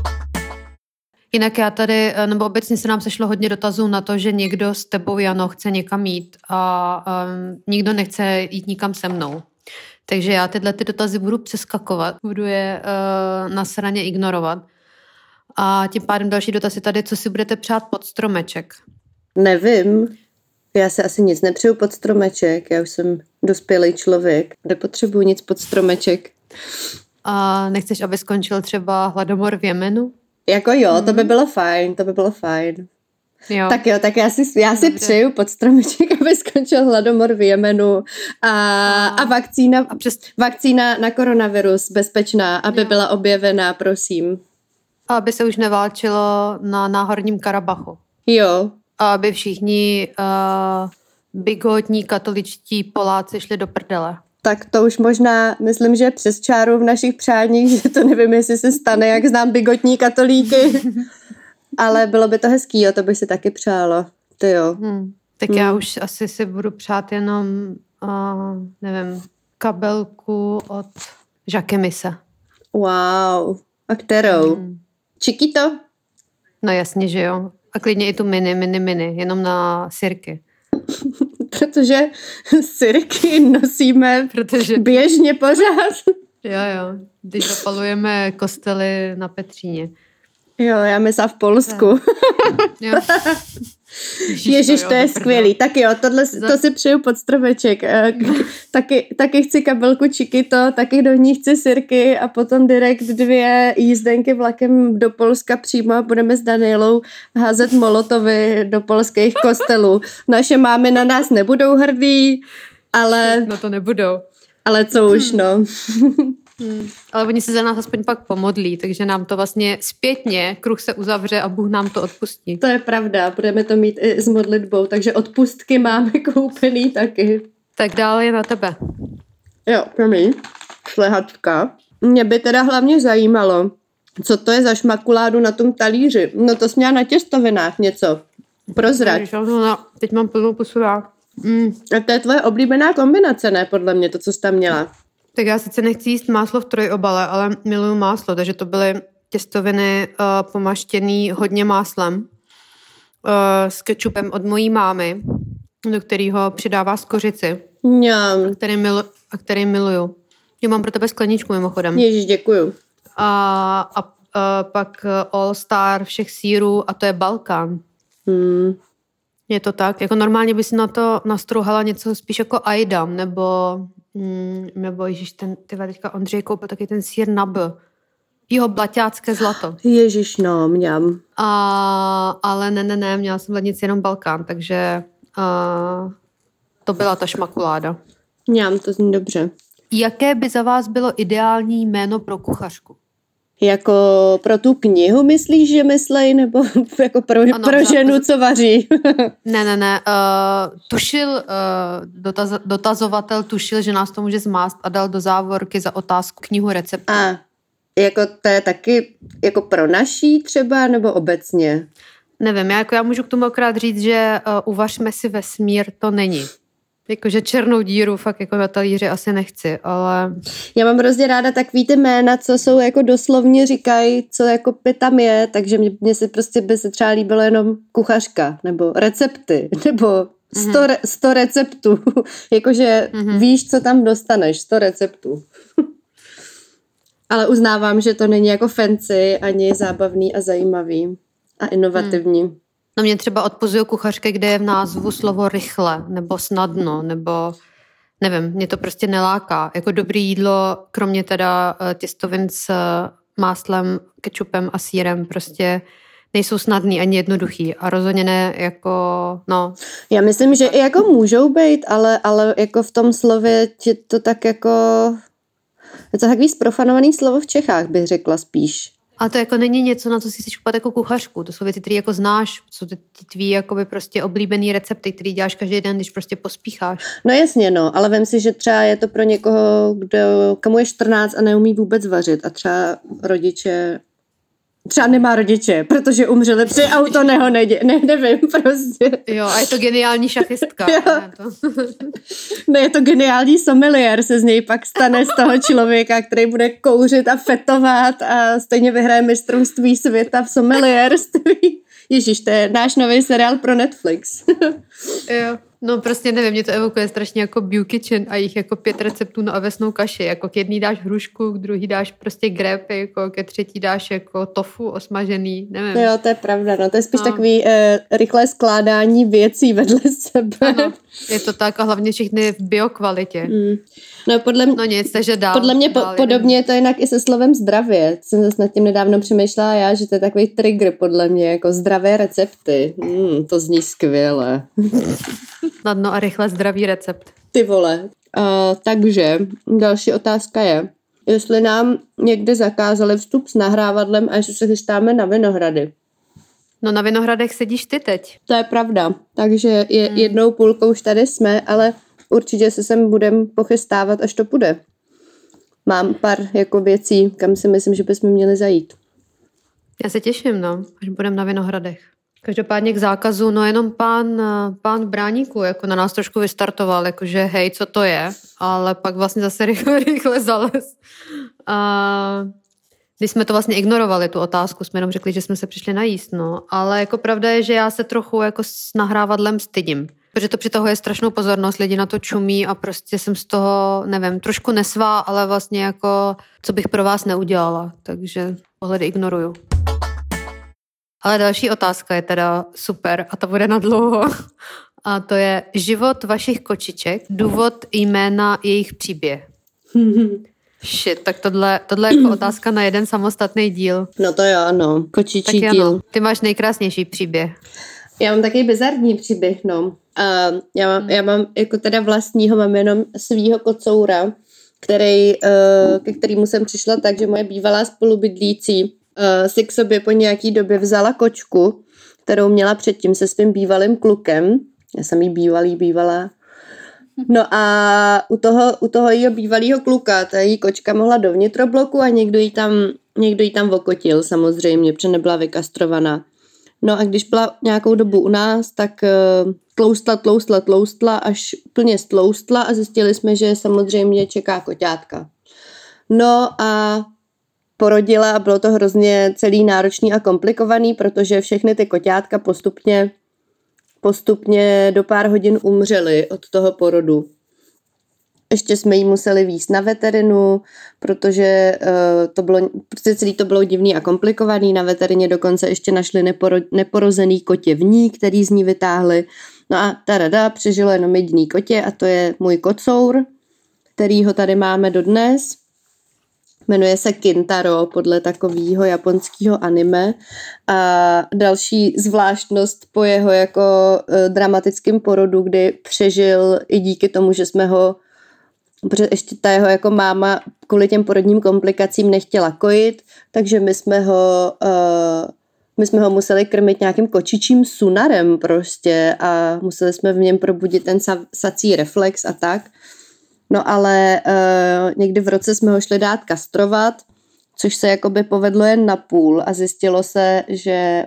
Jinak já tady, nebo obecně se nám sešlo hodně dotazů na to, že někdo s tebou, Jano, chce někam jít a nikdo nechce jít nikam se mnou. Takže já tyhle ty dotazy budu přeskakovat, budu je na straně ignorovat. A tím pádem další dotaz je tady, co si budete přát pod stromeček? Nevím. Já se asi nic nepřeju pod stromeček. Já už jsem dospělý člověk. Nepotřebuji nic pod stromeček. A nechceš, aby skončil třeba hladomor v Jemenu? Jako jo, to by bylo fajn. Jo. Tak já si přeju pod stromeček, aby skončil hladomor v Jemenu a vakcína na koronavirus bezpečná, aby byla objevená, prosím. A aby se už neválčilo na Náhorním Karabachu. Jo. A aby všichni bigotní katoličtí Poláci šli do prdele. Tak to už možná, myslím, že přes čáru v našich přáních, že to nevím, jestli se stane, jak znám bigotní katolíky. Ale bylo by to hezký, jo, to bych si taky přála. Ty jo. Tak já už asi si budu přát jenom, nevím, kabelku od Jacquemise. Wow. A kterou? Chiquito? No jasně, že jo. A klidně i tu mini, jenom na sirky. Protože sirky nosíme běžně pořád. Jo, když zapalujeme kostely na Petříně. Jo, já myslím v Polsku. Jo. Ježiš, to je skvělý. Tak jo, to si přeju pod stromeček. Taky chci kabelku Chiquito, taky do ní chci sirky a potom direkt 2 jízdenky vlakem do Polska přímo a budeme s Danielou házet molotovy do polských kostelů. Naše mámy na nás nebudou hrdí, ale... No to nebudou. Ale co už, no. Ale oni se za nás aspoň pak pomodlí, takže nám to vlastně zpětně, kruh se uzavře a Bůh nám to odpustí. To je pravda, budeme to mít i s modlitbou, takže odpustky máme koupený taky. Tak dále je na tebe. Jo, promiň, šlehačka. Mě by teda hlavně zajímalo, co to je za šmakuládu na tom talíři. No to jsi měla na těstovinách něco. Prozrať. Teď mám plnou pusu já. A to je tvoje oblíbená kombinace, ne? Podle mě to, co jsi tam měla. Tak já sice nechci jíst máslo v trojobale, ale miluju máslo, takže to byly těstoviny pomaštěný hodně máslem s kečupem od mojí mámy, do kterého přidává skořici. A který miluju. Já mám pro tebe skleničku mimochodem. Ježiš, děkuju. A pak All Star všech sýrů a to je Balkán. Je to tak? Jako normálně by si na to nastrouhala něco spíš jako Aidam, nebo ježiš, teďka Ondřej koupil taky ten sýr na B. Jeho blaťácké zlato. Ježiš, no, mňam. Ale ne, měla jsem lednici jenom Balkán, takže to byla ta šmakuláda. Mňam, to zní dobře. Jaké by za vás bylo ideální jméno pro kuchařku? Jako pro tu knihu myslíš, že myslej, nebo jako pro ženu, co vaří? Ne. Tušil, dotazovatel tušil, že nás to může zmást a dal do závorky za otázku knihu receptů. A jako to je taky jako pro naší třeba, nebo obecně? Nevím, já můžu k tomu akorát říct, že uvařme si vesmír, to není. Jakože černou díru fakt jako na talíři asi nechci, ale... Já mám hrozně ráda takový ty jména, co jsou jako doslovně říkají, co jako tam je, takže mně se prostě by se třeba líbilo jenom kuchařka, nebo recepty, nebo 100 receptů. Jakože víš, co tam dostaneš, 100 receptů. Ale uznávám, že to není jako fancy, ani zábavný a zajímavý a inovativní. No mě třeba odpuzují kuchařky, kde je v názvu slovo rychle, nebo snadno, nebo nevím, mě to prostě neláká. Jako dobré jídlo, kromě teda těstovin s máslem, kečupem a sýrem, prostě nejsou snadný ani jednoduchý a rozhodně ne jako, no. Já myslím, že i jako můžou být, ale jako v tom slově je to tak jako, je to takový zprofanovaný slovo v Čechách, bych řekla spíš. A to jako není něco, na co si chceš kupat jako kuchařku. To jsou věci, které jako znáš, jsou ty tvý jakoby prostě oblíbený recepty, který děláš každý den, když prostě pospícháš. No jasně, no, ale vem si, že třeba je to pro někoho, komu je 14 a neumí vůbec vařit a třeba rodiče třeba nemá rodiče, protože umřeli při autonehodě, nevím prostě. Jo, a je to geniální šachistka. Ne, je to geniální sommelier, se z něj pak stane z toho člověka, který bude kouřit a fetovat a stejně vyhraje mistrovství světa v sommelierství. Ježíš, to je náš nový seriál pro Netflix. Jo. No prostě nevím, mě to evokuje strašně jako Bew Kitchen a jich jako 5 receptů na ovesnou kaši. Jako k jedný dáš hrušku, k druhý dáš prostě grep, jako ke třetí dáš jako tofu osmažený, nevím. Jo, to je pravda, no to je spíš takový rychlé skládání věcí vedle sebe. Ano, je to tak a hlavně všechny v biokvalitě. No, no nic, takže dál. Podle mě podobně je to jinak i se slovem zdravě. Jsem zase nad tím nedávno přemýšlela já, že to je takový trigger podle mě, jako zdravé recepty. To zní skvěle. Snadno a rychle zdravý recept. Ty vole. Takže další otázka je, jestli nám někde zakázali vstup s nahrávadlem a jestli se chystáme na Vinohrady. No na Vinohradech sedíš ty teď. To je pravda. Takže jednou půlkou už tady jsme, ale určitě se sem budeme pochystávat, až to půjde. Mám pár jako věcí, kam si myslím, že bychom měli zajít. Já se těším, no, až budeme na Vinohradech. Každopádně k zákazu, no jenom pán Bráníku jako na nás trošku vystartoval, jakože hej, co to je, ale pak vlastně zase rychle zales. A když jsme to vlastně ignorovali, tu otázku, jsme jenom řekli, že jsme se přišli najíst, no, ale jako pravda je, že já se trochu jako s nahrávadlem stydím, protože to přitahuje strašnou pozornost, lidi na to čumí a prostě jsem z toho, nevím, trošku nesvá, ale vlastně jako, co bych pro vás neudělala, takže pohledy ignoruju. Ale další otázka je teda super a to bude na dlouho. A to je život vašich kočiček, důvod, jména, jejich příběh. Shit, tak tohle je jako otázka na jeden samostatný díl. No to jo, no. Kočičí tak díl. Ano, ty máš nejkrásnější příběh. Já mám takový bizarní příběh, no. Já mám jako teda vlastního, mám jenom svýho kocoura, ke kterému jsem přišla tak, že moje bývalá spolubydlící si k sobě po nějaký době vzala kočku, kterou měla předtím se svým bývalým klukem. Já jsem jí bývalá. No a u toho jejího bývalého kluka, ta její kočka mohla do vnitrobloku a někdo jí tam okotil samozřejmě, protože nebyla vykastrovaná. No a když byla nějakou dobu u nás, tak tloustla, až plně stloustla a zjistili jsme, že samozřejmě čeká koťátka. No a porodila a bylo to hrozně celý náročný a komplikovaný, protože všechny ty koťátka postupně do pár hodin umřely od toho porodu. Ještě jsme jí museli vízt na veterinu, protože celý to bylo divný a komplikovaný. Na veterině dokonce ještě našli neporozený kotěvní, který z ní vytáhli. No a přežilo jenom jediný kotě a to je můj kocour, který ho tady máme dodnes. Jmenuje se Kintaro podle takového japonského anime a další zvláštnost po jeho jako dramatickém porodu, kdy přežil i díky tomu, že jsme ho, protože ještě ta jeho jako máma kvůli těm porodním komplikacím nechtěla kojit, takže my jsme ho museli krmit nějakým kočičím sunarem prostě a museli jsme v něm probudit ten sací reflex a tak. No ale někdy v roce jsme ho šli dát kastrovat, což se jakoby povedlo jen na půl a zjistilo se, že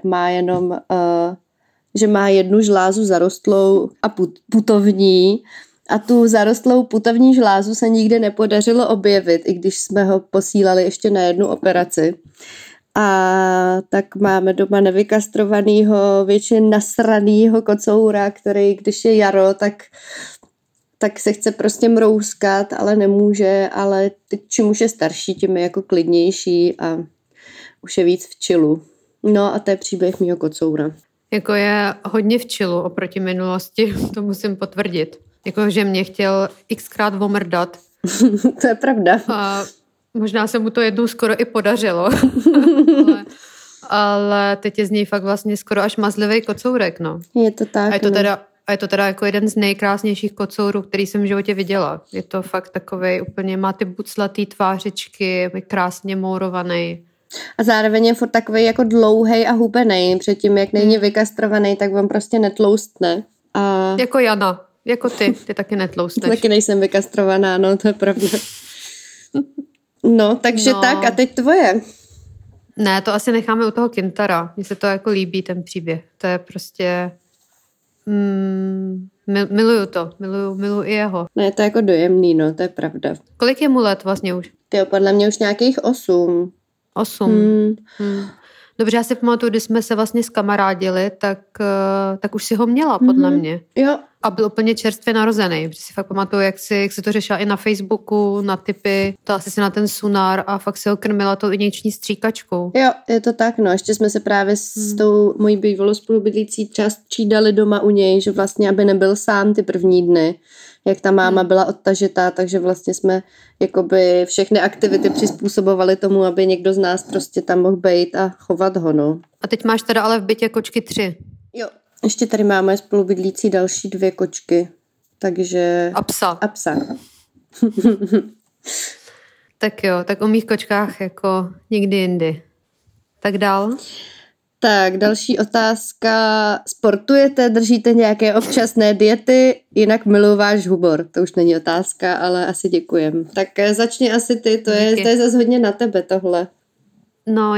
má jednu žlázu zarostlou a putovní a tu zarostlou putovní žlázu se nikdy nepodařilo objevit, i když jsme ho posílali ještě na jednu operaci. A tak máme doma nevykastrovanýho, většině nasranýho kocoura, který když je jaro, tak se chce prostě mrouskat, ale nemůže, ale čím už je starší, tím je jako klidnější a už je víc v chillu. No a to je příběh mýho kocoura. Jako je hodně v chillu oproti minulosti, to musím potvrdit. Jako, že mě chtěl xkrát omrdat. To je pravda. A možná se mu to jednou skoro i podařilo. ale teď je z něj fakt vlastně skoro až mazlivý kocourek, no. Je to tak, A je to teda jako jeden z nejkrásnějších kocourů, který jsem v životě viděla. Je to fakt takovej úplně, má ty buclatý tvářičky, je krásně mourovaný. A zároveň je furt takový jako dlouhej a hubenej. Předtím, jak není vykastrovaný, tak on prostě netloustne. A... Jako Jana, jako ty taky netloustneš. Taky nejsem vykastrovaná, no, to je pravda. No, takže tak, a teď tvoje. Ne, to asi necháme u toho Kintara. Mně se to jako líbí, ten příběh. To je prostě... miluju to. Miluju i jeho. No, je to jako dojemný, no, to je pravda. Kolik je mu let vlastně už? Tyjo, podle mě už nějakých 8. 8. Dobře, já si pamatuju, když jsme se vlastně zkamarádili, tak už si ho měla, podle mě. Jo. A byl úplně čerstvě narozený, protože si fakt pamatuju, jak si to řešila i na Facebooku, na tipy, to asi si na ten Sunar a fakt si ho krmila tou injekční stříkačkou. Jo, je to tak, no. Ještě jsme se právě s tou mojí bývalou spolubydlící třeba střídali doma u něj, že vlastně, aby nebyl sám ty první dny, jak ta máma byla odtažitá, takže vlastně jsme jakoby všechny aktivity přizpůsobovali tomu, aby někdo z nás prostě tam mohl být a chovat ho, no. A teď máš teda ale v bytě kočky 3. Jo. Ještě tady máme spolubydlící další 2 kočky, takže... A psa. A psa. Tak jo, tak o mých kočkách jako nikdy jindy. Tak dál. Tak, další otázka. Sportujete, držíte nějaké občasné diety, jinak miluji váš humor. To už není otázka, ale asi děkujem. Tak začni asi ty, to je zase hodně na tebe tohle. No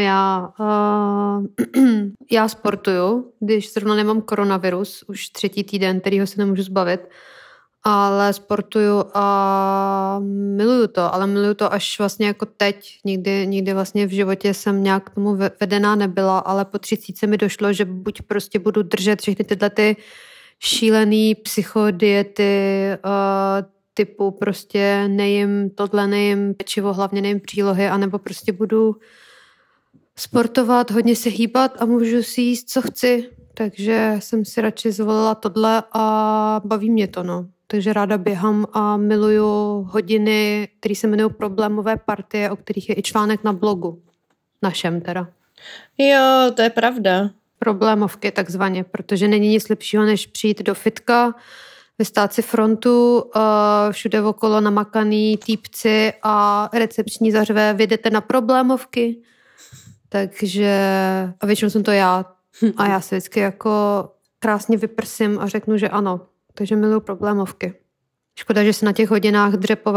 já sportuju, když zrovna nemám koronavirus, už 3. týden, kterýho se nemůžu zbavit, ale sportuju a miluju to, ale miluju to až vlastně jako teď. Nikdy vlastně v životě jsem nějak k tomu vedená nebyla, ale po 30 mi došlo, že buď prostě budu držet všechny tyhle ty šílený psychodiety, typu prostě nejím tohle, nejím pečivo, hlavně nejím přílohy, anebo prostě budu sportovat, hodně se hýbat a můžu si jíst, co chci. Takže jsem si radši zvolila tohle a baví mě to, no. Takže ráda běhám a miluju hodiny, které se jmenují problémové partie, o kterých je i článek na blogu. Našem teda. Jo, to je pravda. Problémovky takzvaně, protože není nic lepšího, než přijít do fitka, vystát si frontu, všude okolo namakaný týpci a recepční zařve, vyjdete na problémovky. Takže, a většinou jsem to já. A já se vždycky jako krásně vyprsím a řeknu, že ano. Takže miluju problémovky. Škoda, že se na těch hodinách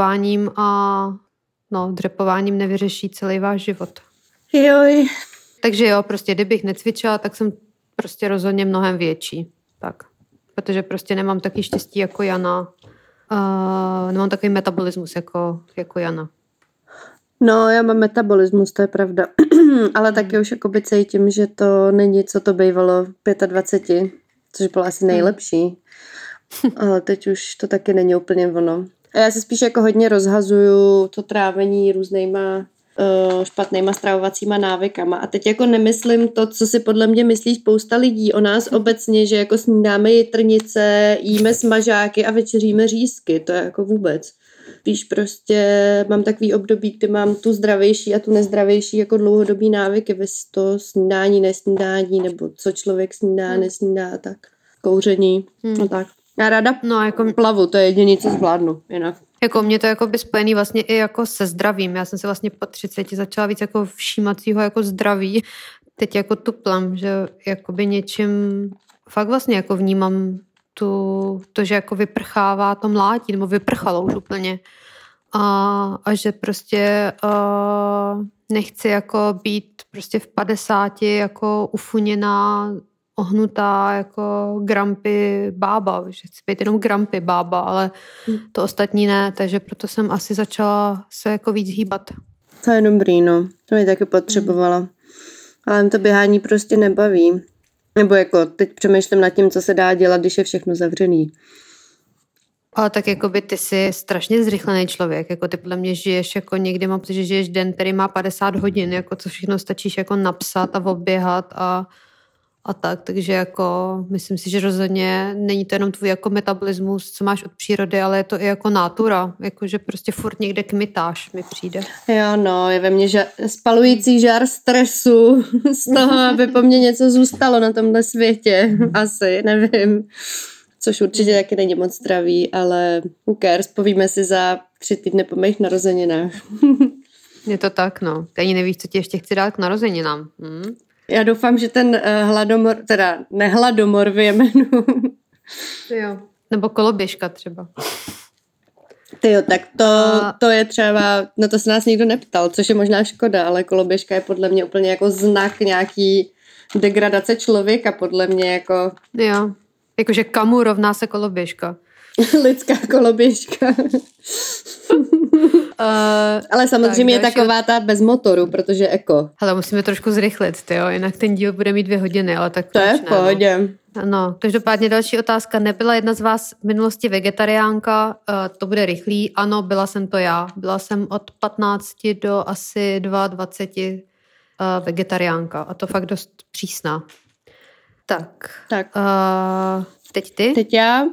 dřepováním nevyřeší celý váš život. Joj. Takže jo, prostě kdybych necvičila, tak jsem prostě rozhodně mnohem větší. Tak. Protože prostě nemám taky štěstí jako Jana. Nemám takový metabolismus jako Jana. No, já mám metabolismus, to je pravda. Ale taky už jakoby cítím, že to není, co to bývalo v 25, což bylo asi nejlepší. Ale teď už to taky není úplně ono. A já se spíš jako hodně rozhazuju to trávení různýma špatnýma stravovacíma návykama. A teď jako nemyslím to, co si podle mě myslí spousta lidí o nás obecně, že jako snídáme jitrnice, jíme smažáky a večeříme řízky. To je jako vůbec. Spíš prostě mám takový období, kdy mám tu zdravější a tu nezdravější jako dlouhodobý návyky, vys to snídání, nesnídání, nebo co člověk snídá, nesnídá a tak. Kouření a tak. Já ráda plavu, to je jediné, co zvládnu jinak. Jako mě to jako by spojený vlastně i jako se zdravím. Já jsem se vlastně po 30 začala víc jako všímacího jako zdraví. Teď jako tuplem, že jakoby něčím fakt vlastně jako vnímám to, že jako vyprchává to mládí, nebo vyprchalo už úplně. A že prostě nechci jako být prostě v 50 jako ufuněná, ohnutá jako grumpy bába, že chci být jenom grumpy bába, ale to ostatní ne, takže proto jsem asi začala se jako víc hýbat. To je dobrý, no. To mi taky potřebovala. Ale to běhání prostě nebaví. Nebo jako teď přemýšlím nad tím, co se dá dělat, když je všechno zavřený. Ale tak jako by ty jsi strašně zrychlený člověk, jako ty podle mě žiješ, jako někdy mám pocit, že žiješ den, který má 50 hodin, jako co všechno stačíš jako napsat a oběhat a a tak, takže jako myslím si, že rozhodně není to jenom tvůj jako metabolismus, co máš od přírody, ale je to i jako natura, jakože prostě furt někde kmitáš, mi přijde. Jo, no, je ve mně spalující žár stresu z toho, aby po mně něco zůstalo na tomhle světě. Asi, nevím. Což určitě taky není moc zdravý, ale who cares, povíme si za 3 týdny po mých narozeninách. Je to tak, no. Ty ani nevíš, co ti ještě chci dát k narozeninám. Já doufám, že ten hladomor, teda nehladomor vyjmenu. Jo. Nebo koloběžka třeba. Tyjo, tak to je třeba, na to se nás nikdo neptal, což je možná škoda, ale koloběžka je podle mě úplně jako znak nějaký degradace člověka, podle mě jako... Jo, jakože kamu rovná se koloběžka. Lidská koloběžka. Ale samozřejmě tak, je taková ta bez motoru, protože eko. Hele, musíme trošku zrychlit, tyjo, jinak ten díl bude mít 2 hodiny, ale tak to je v pohodě. No, každopádně další otázka. Nebyla jedna z vás v minulosti vegetariánka? To bude rychlý. Ano, byla jsem to já. Byla jsem od 15 do asi 22 vegetariánka a to fakt dost přísná. Tak. Teď ty? Teď já.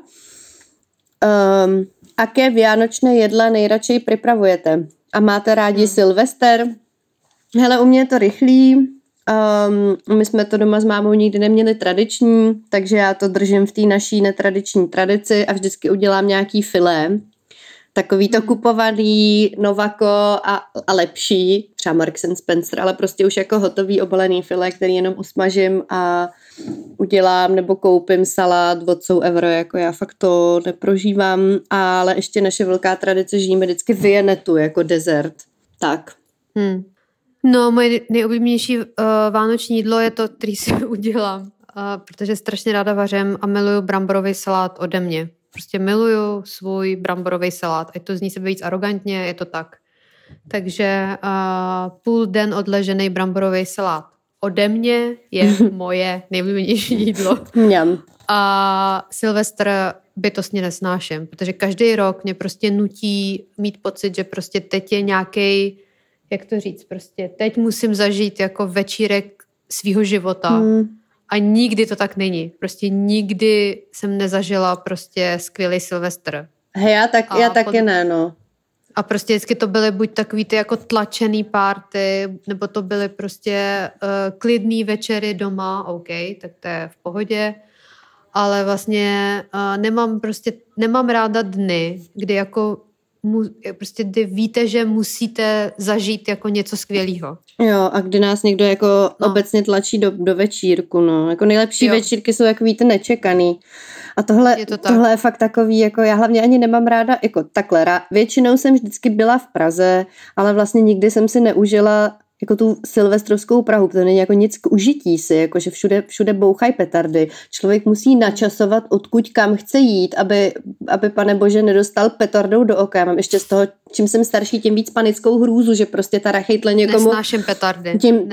Aké vianočné jedla nejradši připravujete? A máte rádi Silvester? Hele, u mě je to rychlý. My jsme to doma s mámou nikdy neměli tradiční, takže já to držím v té naší netradiční tradici a vždycky udělám nějaký filé. Takový to kupovaný Novako a lepší, třeba Marks & Spencer, ale prostě už jako hotový obalený filé, který jenom usmažím a udělám nebo koupím salát od €100, jako já fakt to neprožívám, ale ještě naše velká tradice, že jíme vždycky vienetu jako dezert. Tak. No, moje nejoblíbenější vánoční jídlo je to, který si udělám, protože strašně ráda vařím a miluju bramborový salát ode mě. Prostě miluju svůj bramborový salát. Ať to zní se víc arrogantně, je to tak. Takže půl den odležený bramborový salát ode mě je moje nejoblíbenější jídlo. A Silvestr bytostně nesnáším, protože každý rok mě prostě nutí mít pocit, že prostě teď je nějaký, jak to říct, prostě teď musím zažít jako večírek svýho života. A nikdy to tak není. Prostě nikdy jsem nezažila prostě skvělý Silvestr. Hej, já taky ne, no. A prostě vždycky to byly buď takový ty jako tlačený párty, nebo to byly prostě klidný večery doma, OK, tak to je v pohodě. Ale vlastně nemám ráda dny, kdy jako prostě kdy víte, že musíte zažít jako něco skvělého. Jo, a kdy nás někdo jako obecně tlačí do večírku, no. Jako nejlepší večírky jsou takový ty nečekaný. A tohle je fakt takový, jako já hlavně ani nemám ráda, jako takhle, většinou jsem vždycky byla v Praze, ale vlastně nikdy jsem si neužila jako tu silvestrovskou Prahu, to není jako nic k užití si, jako že všude bouchají petardy. Člověk musí načasovat, odkud kam chce jít, aby pane bože nedostal petardou do oka. Já mám ještě z toho, čím jsem starší, tím víc panickou hrůzu, že prostě ta rachejtle někomu... Nesnáším petardy.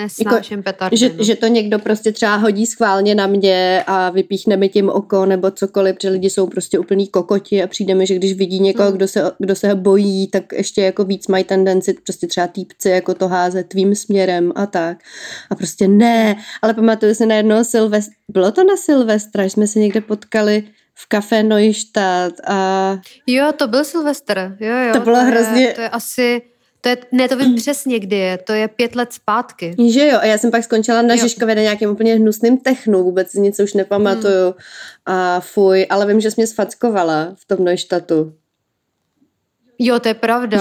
Že to někdo prostě třeba hodí schválně na mě a vypíchne mi tím oko nebo cokoliv, protože lidi jsou prostě úplný kokoti a přijde mi, že když vidí někoho, kdo se ho bojí, tak ještě jako víc mají tendenci prostě třeba týpci jako to házet tvým směrem a tak. A prostě ne, ale pamatuju si na jednoho Silvestra, bylo to na Silvestra, že jsme se někde potkali v Café Neustadt a... Jo, to byl Silvestr, jo. To bylo hrozně... To je asi... to vím přesně, kdy je. To je 5 let zpátky. Že jo, a já jsem pak skončila na Žižkově na nějakém úplně hnusným technu, vůbec nic už nepamatuju. A fuj, ale vím, že jsi mě sfackovala v tom Neustadtu. Jo, to je pravda.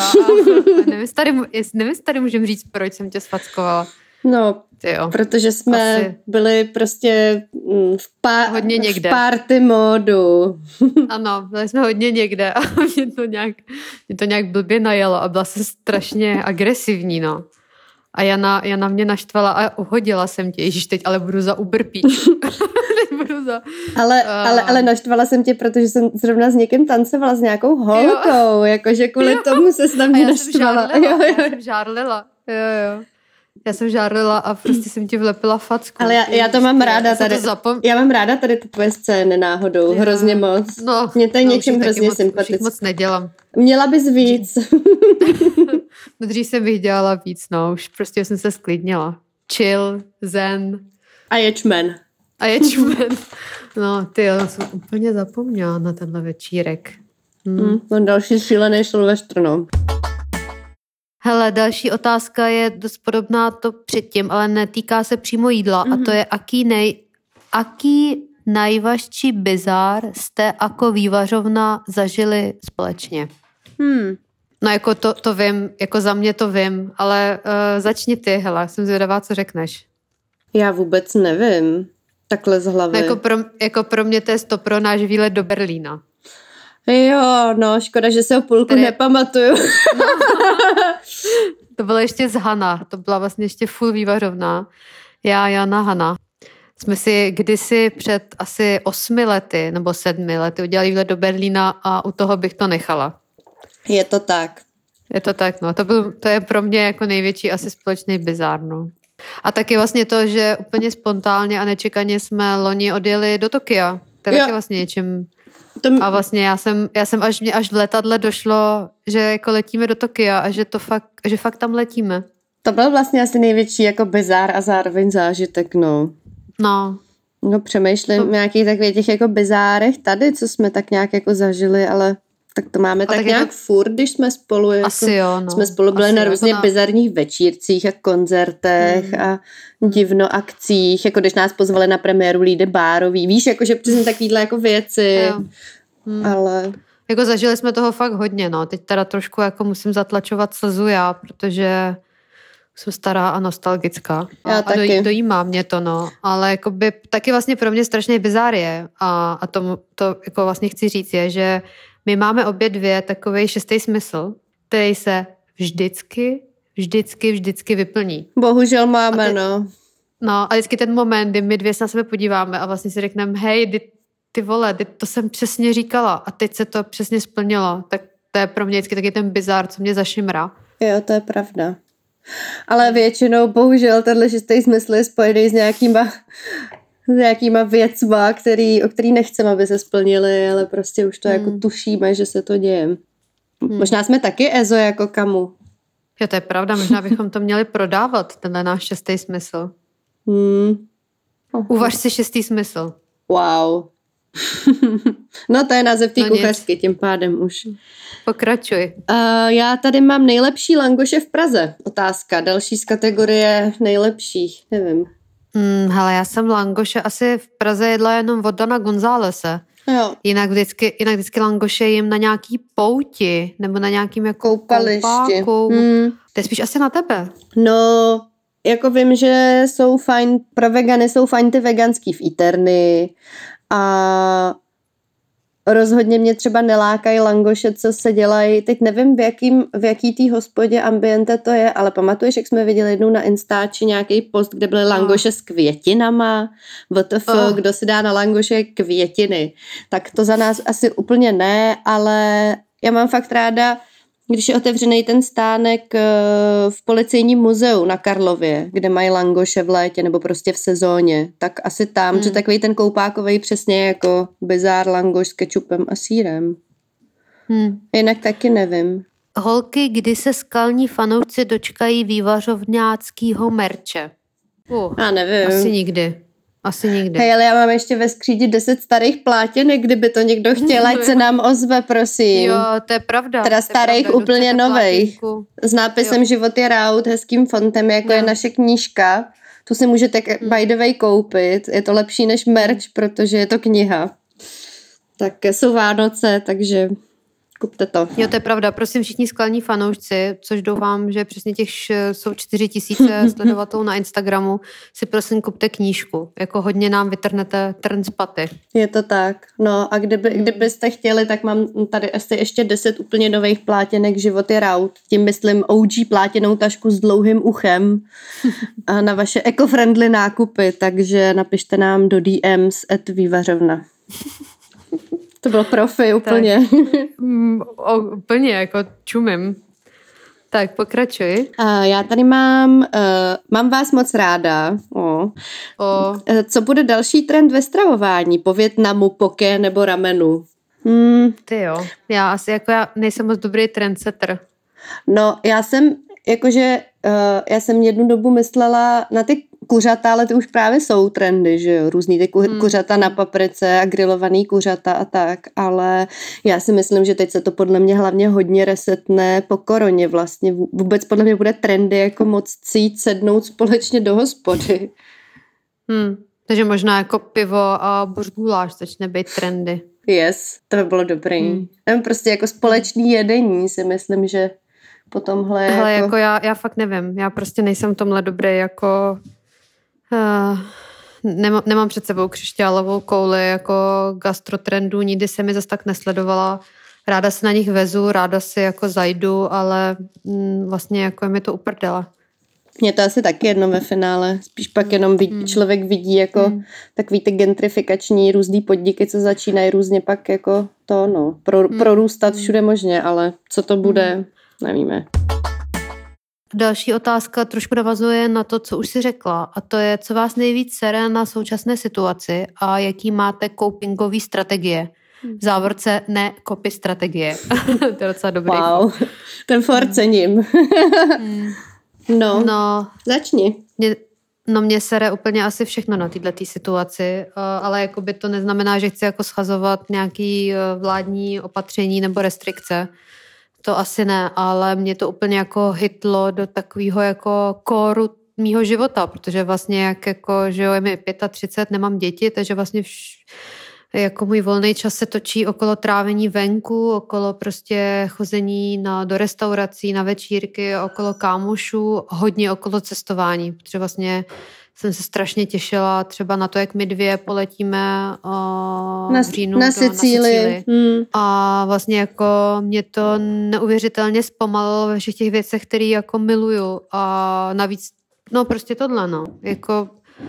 Nevím, tady můžem říct, proč jsem tě sfackovala. No, protože jsme byli prostě v party módu. Ano, byli jsme hodně někde a mě to nějak blbě najelo a byla jsem strašně agresivní, no. A Jana mě naštvala a uhodila jsem tě. Ježiš, teď ale budu za Uber píču. Ale naštvala jsem tě, protože jsem zrovna s někým tancovala, s nějakou holkou, jakože kvůli tomu se na mě naštvala. Já jsem žárlila. Jo. Já jsem žárlila a prostě jsem ti vlepila facku. Ale já to mám ráda tady. Já mám ráda tady ty tvoje scény náhodou, hrozně moc. No, mě to je něčím hrozně sympatické. Už moc nedělám. Měla bys víc. No dřív jsem bych dělala víc, no. Už prostě jsem se sklidnila. Chill, zen. A ječmen. A ječmen. No, ty, já jsem úplně zapomněla na tenhle večírek. No, další šílený Silvestr, no. Hele, další otázka je dost podobná to předtím, ale netýká se přímo jídla. A to je, aký najvažší bizár jste jako vývařovna zažili společně? No jako to vím, jako za mě to vím, ale začni ty, hele, jsem zvědavá, co řekneš. Já vůbec nevím. Takhle z hlavy. No jako pro mě to je pro náš výlet do Berlína. Jo, no, škoda, že se o půlku nepamatuju. No, to bylo ještě z Hana, to byla vlastně ještě full vývařovna. Já, Jana, Hana. Jsme si kdysi před asi 8 lety nebo 7 lety udělali výlet do Berlína a u toho bych to nechala. Je to tak. Je to tak, no. To je pro mě jako největší asi společný bizár, no. A taky vlastně to, že úplně spontánně a nečekaně jsme loni odjeli do Tokia. To je taky vlastně něčím. A vlastně já jsem až v letadle došlo, že jako letíme do Tokia a že fakt tam letíme. To byl vlastně asi největší jako bizár a zároveň zážitek, no. No. No přemýšlím nějakých takových těch jako bizárech tady, co jsme tak nějak jako zažili, ale tak to máme tak nějak furt, když jsme spolu jako, asi jo, no. Jsme spolu byli na různě jako bizarních večírcích a koncertech a divno akcích, jako když nás pozvali na premiéru Lídy Bárový, víš, jakože přesně takovýhle jako věci, ale... Jako zažili jsme toho fakt hodně, no. Teď teda trošku jako musím zatlačovat slzu já, protože jsem stará a nostalgická. Já taky. Dojímá mě to, no. Ale jakoby taky vlastně pro mě strašně bizár je a to jako vlastně chci říct je, že my máme obě dvě takovej 6. smysl, který se vždycky vyplní. Bohužel máme, no. No a vždycky ten moment, kdy my dvě se na sebe podíváme a vlastně si řekneme, hej, ty vole, to jsem přesně říkala a teď se to přesně splnilo. Tak to je pro mě vždycky taky ten bizár, co mě zašimrá. Jo, to je pravda. Ale většinou, bohužel, tenhle 6. smysl je spojený s nějakýma věcma, o který nechceme, aby se splnily, ale prostě už to jako tušíme, že se to děje. Možná jsme taky EZO jako kamu. Jo, to je pravda, možná bychom to měli prodávat, tenhle náš 6. smysl. Uvaž si 6. smysl. Wow. No to je název té kuchařky, tím pádem už. Pokračuj. Já tady mám nejlepší langoše v Praze. Otázka, další z kategorie nejlepších, nevím. Hele, já jsem langoše asi v Praze jedla jenom od Dana Gonzálese. Jo. Jinak vždycky langoše jim na nějaký pouti, nebo na nějakým jako koupališti. To je spíš asi na tebe. No, jako vím, že jsou fajn, pro vegany jsou fajn ty veganský v Eterny a rozhodně mě třeba nelákají langoše, co se dělají, teď nevím, v jaký té hospodě ambiente to je, ale pamatuješ, jak jsme viděli jednou na Instači nějaký post, kde byly langoše s květinama, kdo si dá na langoše květiny, tak to za nás asi úplně ne, ale já mám fakt ráda, když je otevřený ten stánek v Policejním muzeu na Karlově, kde mají langoše v létě nebo prostě v sezóně, tak asi tam, že takový ten koupákovej přesně jako bizár langoš s kečupem a sýrem. Jinak taky nevím. Holky, kdy se skalní fanoušci dočkají vývařovňáckýho merče? Já nevím. Asi nikdy. Hej, ale já mám ještě ve skřídi 10 starých plátěnek, kdyby to někdo chtěl, ať se nám ozve, prosím. Jo, to je pravda. Teda starých, úplně novejch. S nápisem Život je raut, hezkým fontem, jako je naše knížka. Tu si můžete by the way koupit. Je to lepší než merch, protože je to kniha. Tak jsou Vánoce, takže kupte to. Jo, to je pravda. Prosím všichni skalní fanoušci, což doufám, že přesně jsou 4 000 sledovatelů na Instagramu, si prosím kupte knížku. Jako hodně nám vytrhnete trn z paty. Je to tak. No a kdybyste chtěli, tak mám tady asi ještě 10 úplně nových plátěnek Život je raut. Tím myslím OG plátěnou tašku s dlouhým uchem a na vaše eco-friendly nákupy, takže napište nám do DMs @vývařovna. To byl profi úplně. Úplně, jako čumím. Tak, pokračuj. Já tady mám vás moc ráda. Co bude další trend ve stravování? Po Vietnamu, poke nebo ramenu? Ty jo. Já nejsem moc dobrý trendsetter. No, já jsem jednu dobu myslela na ty kuřata, ale ty už právě jsou trendy, že jo, různý ty kuřata na paprice a grilovaný kuřata a tak, ale já si myslím, že teď se to podle mě hlavně hodně resetne po koroně vlastně. Vůbec podle mě bude trendy jako moc cít sednout společně do hospody. Takže možná jako pivo a buřguláš začne být trendy. Yes, to by bylo dobrý. Tam prostě jako společný jedení si myslím, že po tomhle hele, jako já fakt nevím. Já prostě nejsem v tomhle dobrý jako... nemám před sebou křišťálovou kouli jako gastrotrendů, nikdy se mi zase tak nesledovala. Ráda se na nich vezu, ráda si jako zajdu, ale vlastně jako je mi to uprdela. Mně to asi taky jedno ve finále. Spíš pak jenom člověk vidí jako takový ty gentrifikační různý podniky, co začínají různě pak jako to, prorůstat všude možně, ale co to bude, nevíme. Další otázka trošku navazuje na to, co už jsi řekla, a to je, co vás nejvíc sere na současné situaci a jaký máte copingové strategie. V závorce ne copy strategie. To je docela dobrý. Wow, ten for cením. No, začni. Mě sere úplně asi všechno na této situaci, ale jakoby to neznamená, že chci jako schazovat nějaký vládní opatření nebo restrikce. To asi ne, ale mě to úplně jako hitlo do takového jako kóru mýho života, protože vlastně jak jako, že jo, je mi 35, nemám děti, takže vlastně jako můj volný čas se točí okolo trávení venku, okolo prostě chození do restaurací, na večírky, okolo kámošů, hodně okolo cestování, protože vlastně jsem se strašně těšila třeba na to, jak my dvě poletíme v říjnu na Sicílii. A vlastně jako mě to neuvěřitelně zpomalilo ve všech těch věcech, které jako miluju. A navíc, prostě tohle, Jako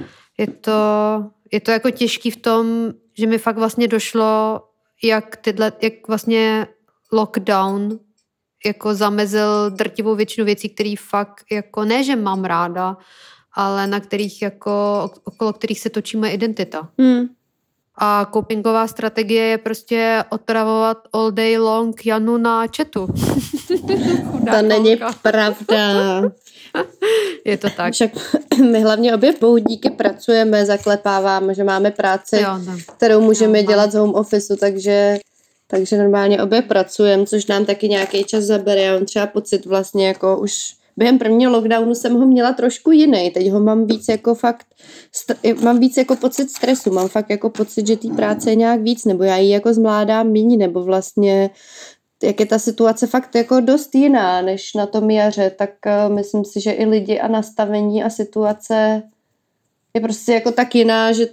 je to jako těžký v tom, že mi fakt vlastně došlo, jak vlastně lockdown jako zamezil drtivou většinu věcí, které fakt jako ne, že mám ráda, ale na kterých jako, okolo kterých se točí moje identita. A copingová strategie je prostě odpravovat all day long Janu na chatu. To není pravda. Je to tak. Však my hlavně obě v Bohudíky pracujeme, zaklepáváme, že máme práci, kterou můžeme dělat z home officeu, takže normálně obě pracujeme, což nám taky nějaký čas zabere. Já mám třeba pocit vlastně jako už během prvního lockdownu jsem ho měla trošku jiný. Teď ho mám víc jako fakt, mám víc jako pocit stresu, mám fakt jako pocit, že té práce je nějak víc, nebo já ji jako zvládám míň, nebo vlastně jak je ta situace fakt jako dost jiná než na tom jaře, tak myslím si, že i lidi a nastavení a situace je prostě jako tak jiná, že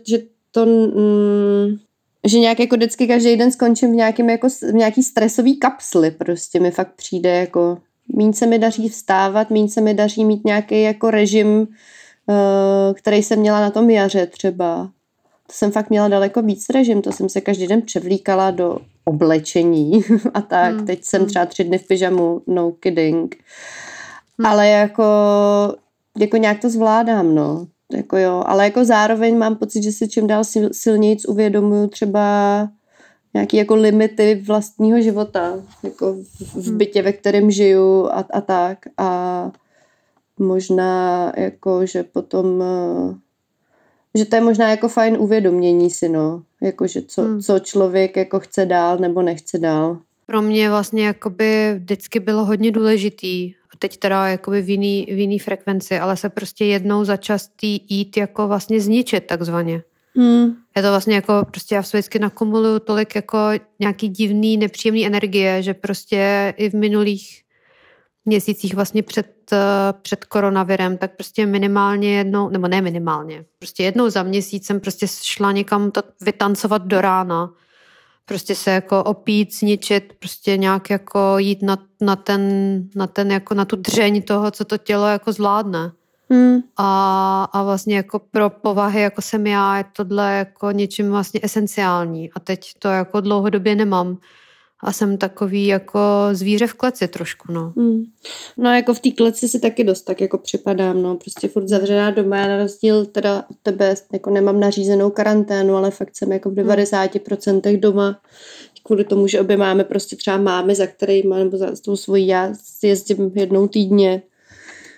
nějak jako vždycky každý den skončím v nějaký stresový kapsli, prostě mi fakt přijde jako míň se mi daří vstávat, míň se mi daří mít nějaký jako režim, který jsem měla na tom jaře třeba. To jsem fakt měla daleko víc režim, to jsem se každý den převlíkala do oblečení a tak. Teď jsem třeba 3 dny v pyžamu, no kidding. Ale jako nějak to zvládám, Jako jo, ale jako zároveň mám pocit, že si čím dál silnějc uvědomuju třeba nějaký jako limity vlastního života, jako v bytě, ve kterém žiju a tak. A možná jako, že potom, že to je možná jako fajn uvědomění si, jako, že co člověk jako chce dál nebo nechce dál. Pro mě vlastně jakoby vždycky bylo hodně důležitý, a teď teda jakoby v jiný frekvenci, ale se prostě jednou za čas jít jako vlastně zničit takzvaně. Je to vlastně jako prostě já vždycky nakumuluju tolik jako nějaký divný, nepříjemný energie, že prostě i v minulých měsících vlastně před koronavirem, tak prostě minimálně jednou, nebo ne minimálně, prostě jednou za měsíc jsem prostě šla někam vytancovat do rána. Prostě se jako opít, zničit, prostě nějak jako jít na tu dřeň toho, co to tělo jako zvládne. A vlastně jako pro povahy, jako jsem já, je tohle jako něčím vlastně esenciální. A teď to jako dlouhodobě nemám. A jsem takový jako zvíře v kleci trošku, No jako v té kleci si taky dost tak jako připadám, prostě furt zavřená doma. Já na rozdíl teda od tebe jako nemám nařízenou karanténu, ale fakt jsem jako v 90% doma. Kvůli tomu, že obě máme za kterýma, nebo za tou svojí, já jezdím jednou týdně.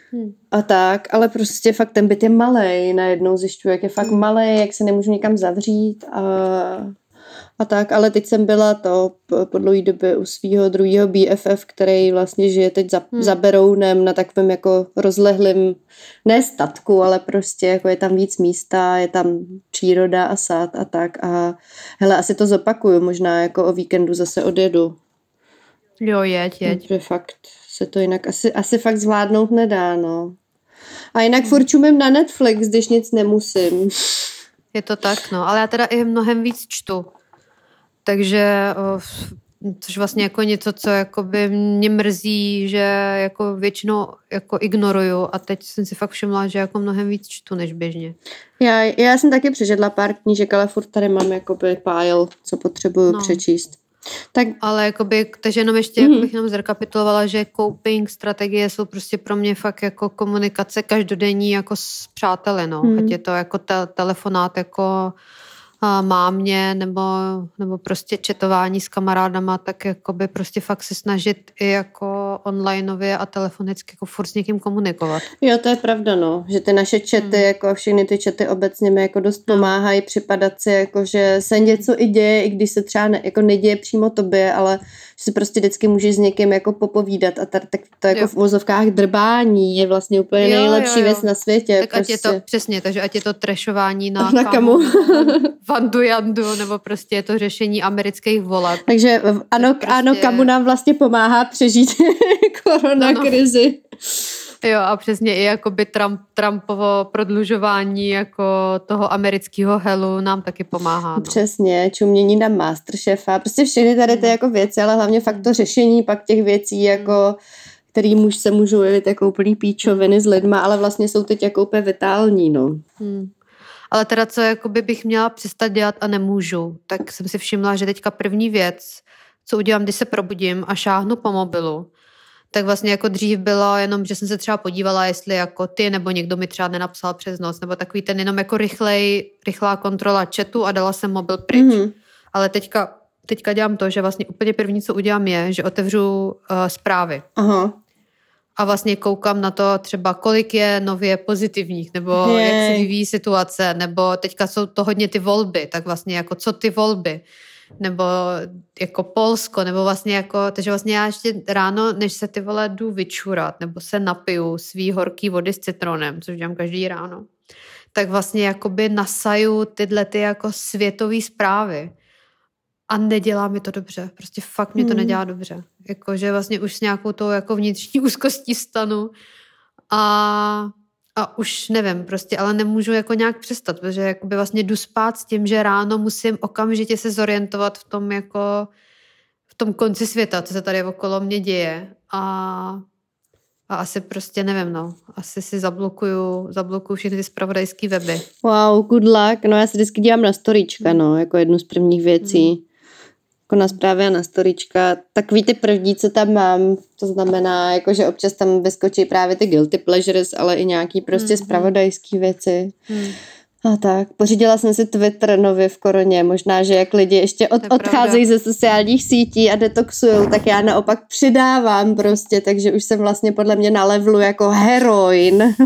a tak, ale prostě fakt ten byt je malej, najednou zjišťuji, jak je fakt malej, jak se nemůžu nikam zavřít a tak, ale teď jsem byla po dlouhé době u svého druhého BFF, který vlastně žije teď za Berounem na takovém jako rozlehlým, ne statku, ale prostě jako je tam víc místa, je tam příroda a sad a tak a hele, asi to zopakuju, možná jako o víkendu zase odjedu. Jo, jeď. Protože fakt se to jinak asi fakt zvládnout nedá, no. A jinak furt čumím na Netflix, když nic nemusím. Je to tak, no. Ale já teda i mnohem víc čtu. Takže, což vlastně jako něco, co jakoby mě mrzí, že jako většinou jako ignoruju a teď jsem si fakt všimla, že jako mnohem víc čtu než běžně. Já jsem taky přečetla pár knížek, ale furt tady mám jakoby pile, co potřebuju přečíst. Tak, ale jakoby, takže jenom ještě jako bych jenom zrekapitulovala, že coping strategie jsou prostě pro mě fakt jako komunikace každodenní jako s přáteli, no. Ať je to jako telefonát jako mámě nebo prostě chatování s kamarádama, tak jakoby prostě fakt se snažit i jako onlineově a telefonicky jako furt s někým komunikovat. Jo, to je pravda, no, že ty naše chaty, jako všechny ty chaty obecně mi jako dost pomáhají připadat si, jako že se něco i děje, i když se třeba jako neděje přímo tobě, ale že si prostě vždycky můžeš s někým jako popovídat a tak to jako v uvozovkách drbání je vlastně úplně nejlepší věc na světě. Tak prostě. Ať je to přesně, takže ať je to trashování na kamu. Vandu Jandu, nebo prostě je to řešení amerických voleb. Takže ano, kamu nám vlastně pomáhá přežít koronakrizi. Jo, a přesně i jakoby Trumpovo prodlužování jako toho amerického helu nám taky pomáhá. No. Přesně, čumění na Masterchefa, prostě všechny tady ty jako věci, ale hlavně fakt to řešení pak těch věcí, jako který se můžou jevit jako úplný píčoviny s lidma, ale vlastně jsou teď jako úplně vitální, no. Ale teda, co jakoby bych měla přestat dělat a nemůžu, tak jsem si všimla, že teďka první věc, co udělám, když se probudím a šáhnu po mobilu, tak vlastně jako dřív bylo jenom, že jsem se třeba podívala, jestli jako ty nebo někdo mi třeba nenapsal přes noc, nebo takový ten jenom jako rychlá kontrola chatu a dala jsem mobil pryč. Ale teďka dělám to, že vlastně úplně první, co udělám je, že otevřu zprávy. Aha. A vlastně koukám na to třeba, kolik je nově pozitivních, nebo jak se vyvíjí situace, nebo teďka jsou to hodně ty volby, tak vlastně jako co ty volby, nebo jako Polsko, nebo vlastně jako, takže vlastně já ještě ráno, než se ty vole jdu vyčurat, nebo se napiju svý horký vody s citronem, což dělám každý ráno, tak vlastně jakoby nasaju tyhle ty jako světové zprávy. A nedělá mi to dobře. Prostě fakt mě to nedělá dobře. Jakože vlastně už s nějakou tou jako vnitřní úzkostí stanu a už nevím prostě, ale nemůžu jako nějak přestat, protože jakoby vlastně jdu spát s tím, že ráno musím okamžitě se zorientovat v tom konci světa, co se tady okolo mě děje a asi prostě nevím, no. Asi si zablokuju všechny ty zpravodajský weby. Wow, good luck. No já si vždycky dívám na storíčka, no, jako jednu z prvních věcí. Jako na zprávy a na storíčka. Takový ty první, co tam mám, to znamená, jako, že občas tam vyskočí právě ty guilty pleasures, ale i nějaký prostě zpravodajský věci. A tak, pořídila jsem si Twitter nově v koroně, možná, že jak lidi ještě odcházejí ze sociálních sítí a detoxujou, tak já naopak přidávám prostě, takže už jsem vlastně podle mě na levelu jako heroin.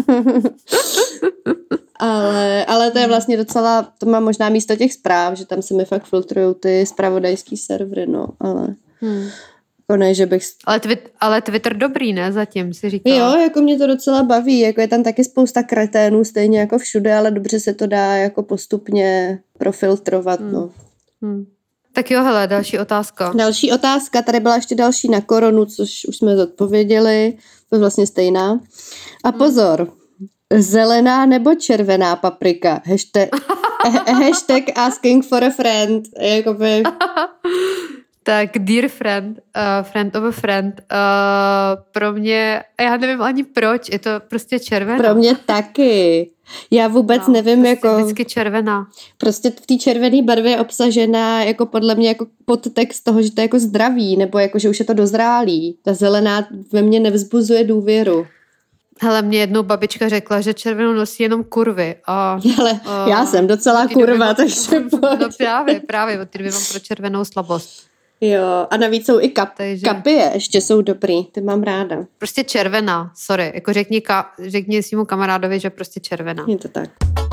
ale to je vlastně docela, to má možná místo těch zpráv, že tam se mi fakt filtrujou ty zpravodajský servery, no, ale... Ne, že bych... Ale Twitter dobrý, ne? Zatím si říkala. Jo, jako mě to docela baví, jako je tam taky spousta kreténů, stejně jako všude, ale dobře se to dá jako postupně profiltrovat, no. Tak jo, hele, další otázka. Další otázka, tady byla ještě další na koronu, což už jsme zodpověděli, to je vlastně stejná. A pozor, zelená nebo červená paprika? Hashtag asking for a friend, jakoby... Tak dear friend, friend of a friend, pro mě, já nevím ani proč, je to prostě červená. Pro mě taky. Já vůbec nevím, prostě jako... vždycky červená. Prostě v té červené barvě je obsažená jako podle mě jako podtext toho, že to je jako zdraví, nebo jako, že už je to dozrálý. Ta zelená ve mně nevzbuzuje důvěru. Hele, mě jednou babička řekla, že červenou nosí jenom kurvy. Ale já jsem docela kurva, takže no právě, od té doby mám pro červenou slabost. Jo, a navíc jsou i kapie, ještě jsou dobrý, ty mám ráda. Prostě červená, sorry, jako řekni svému kamarádovi, že prostě červená. Je to tak.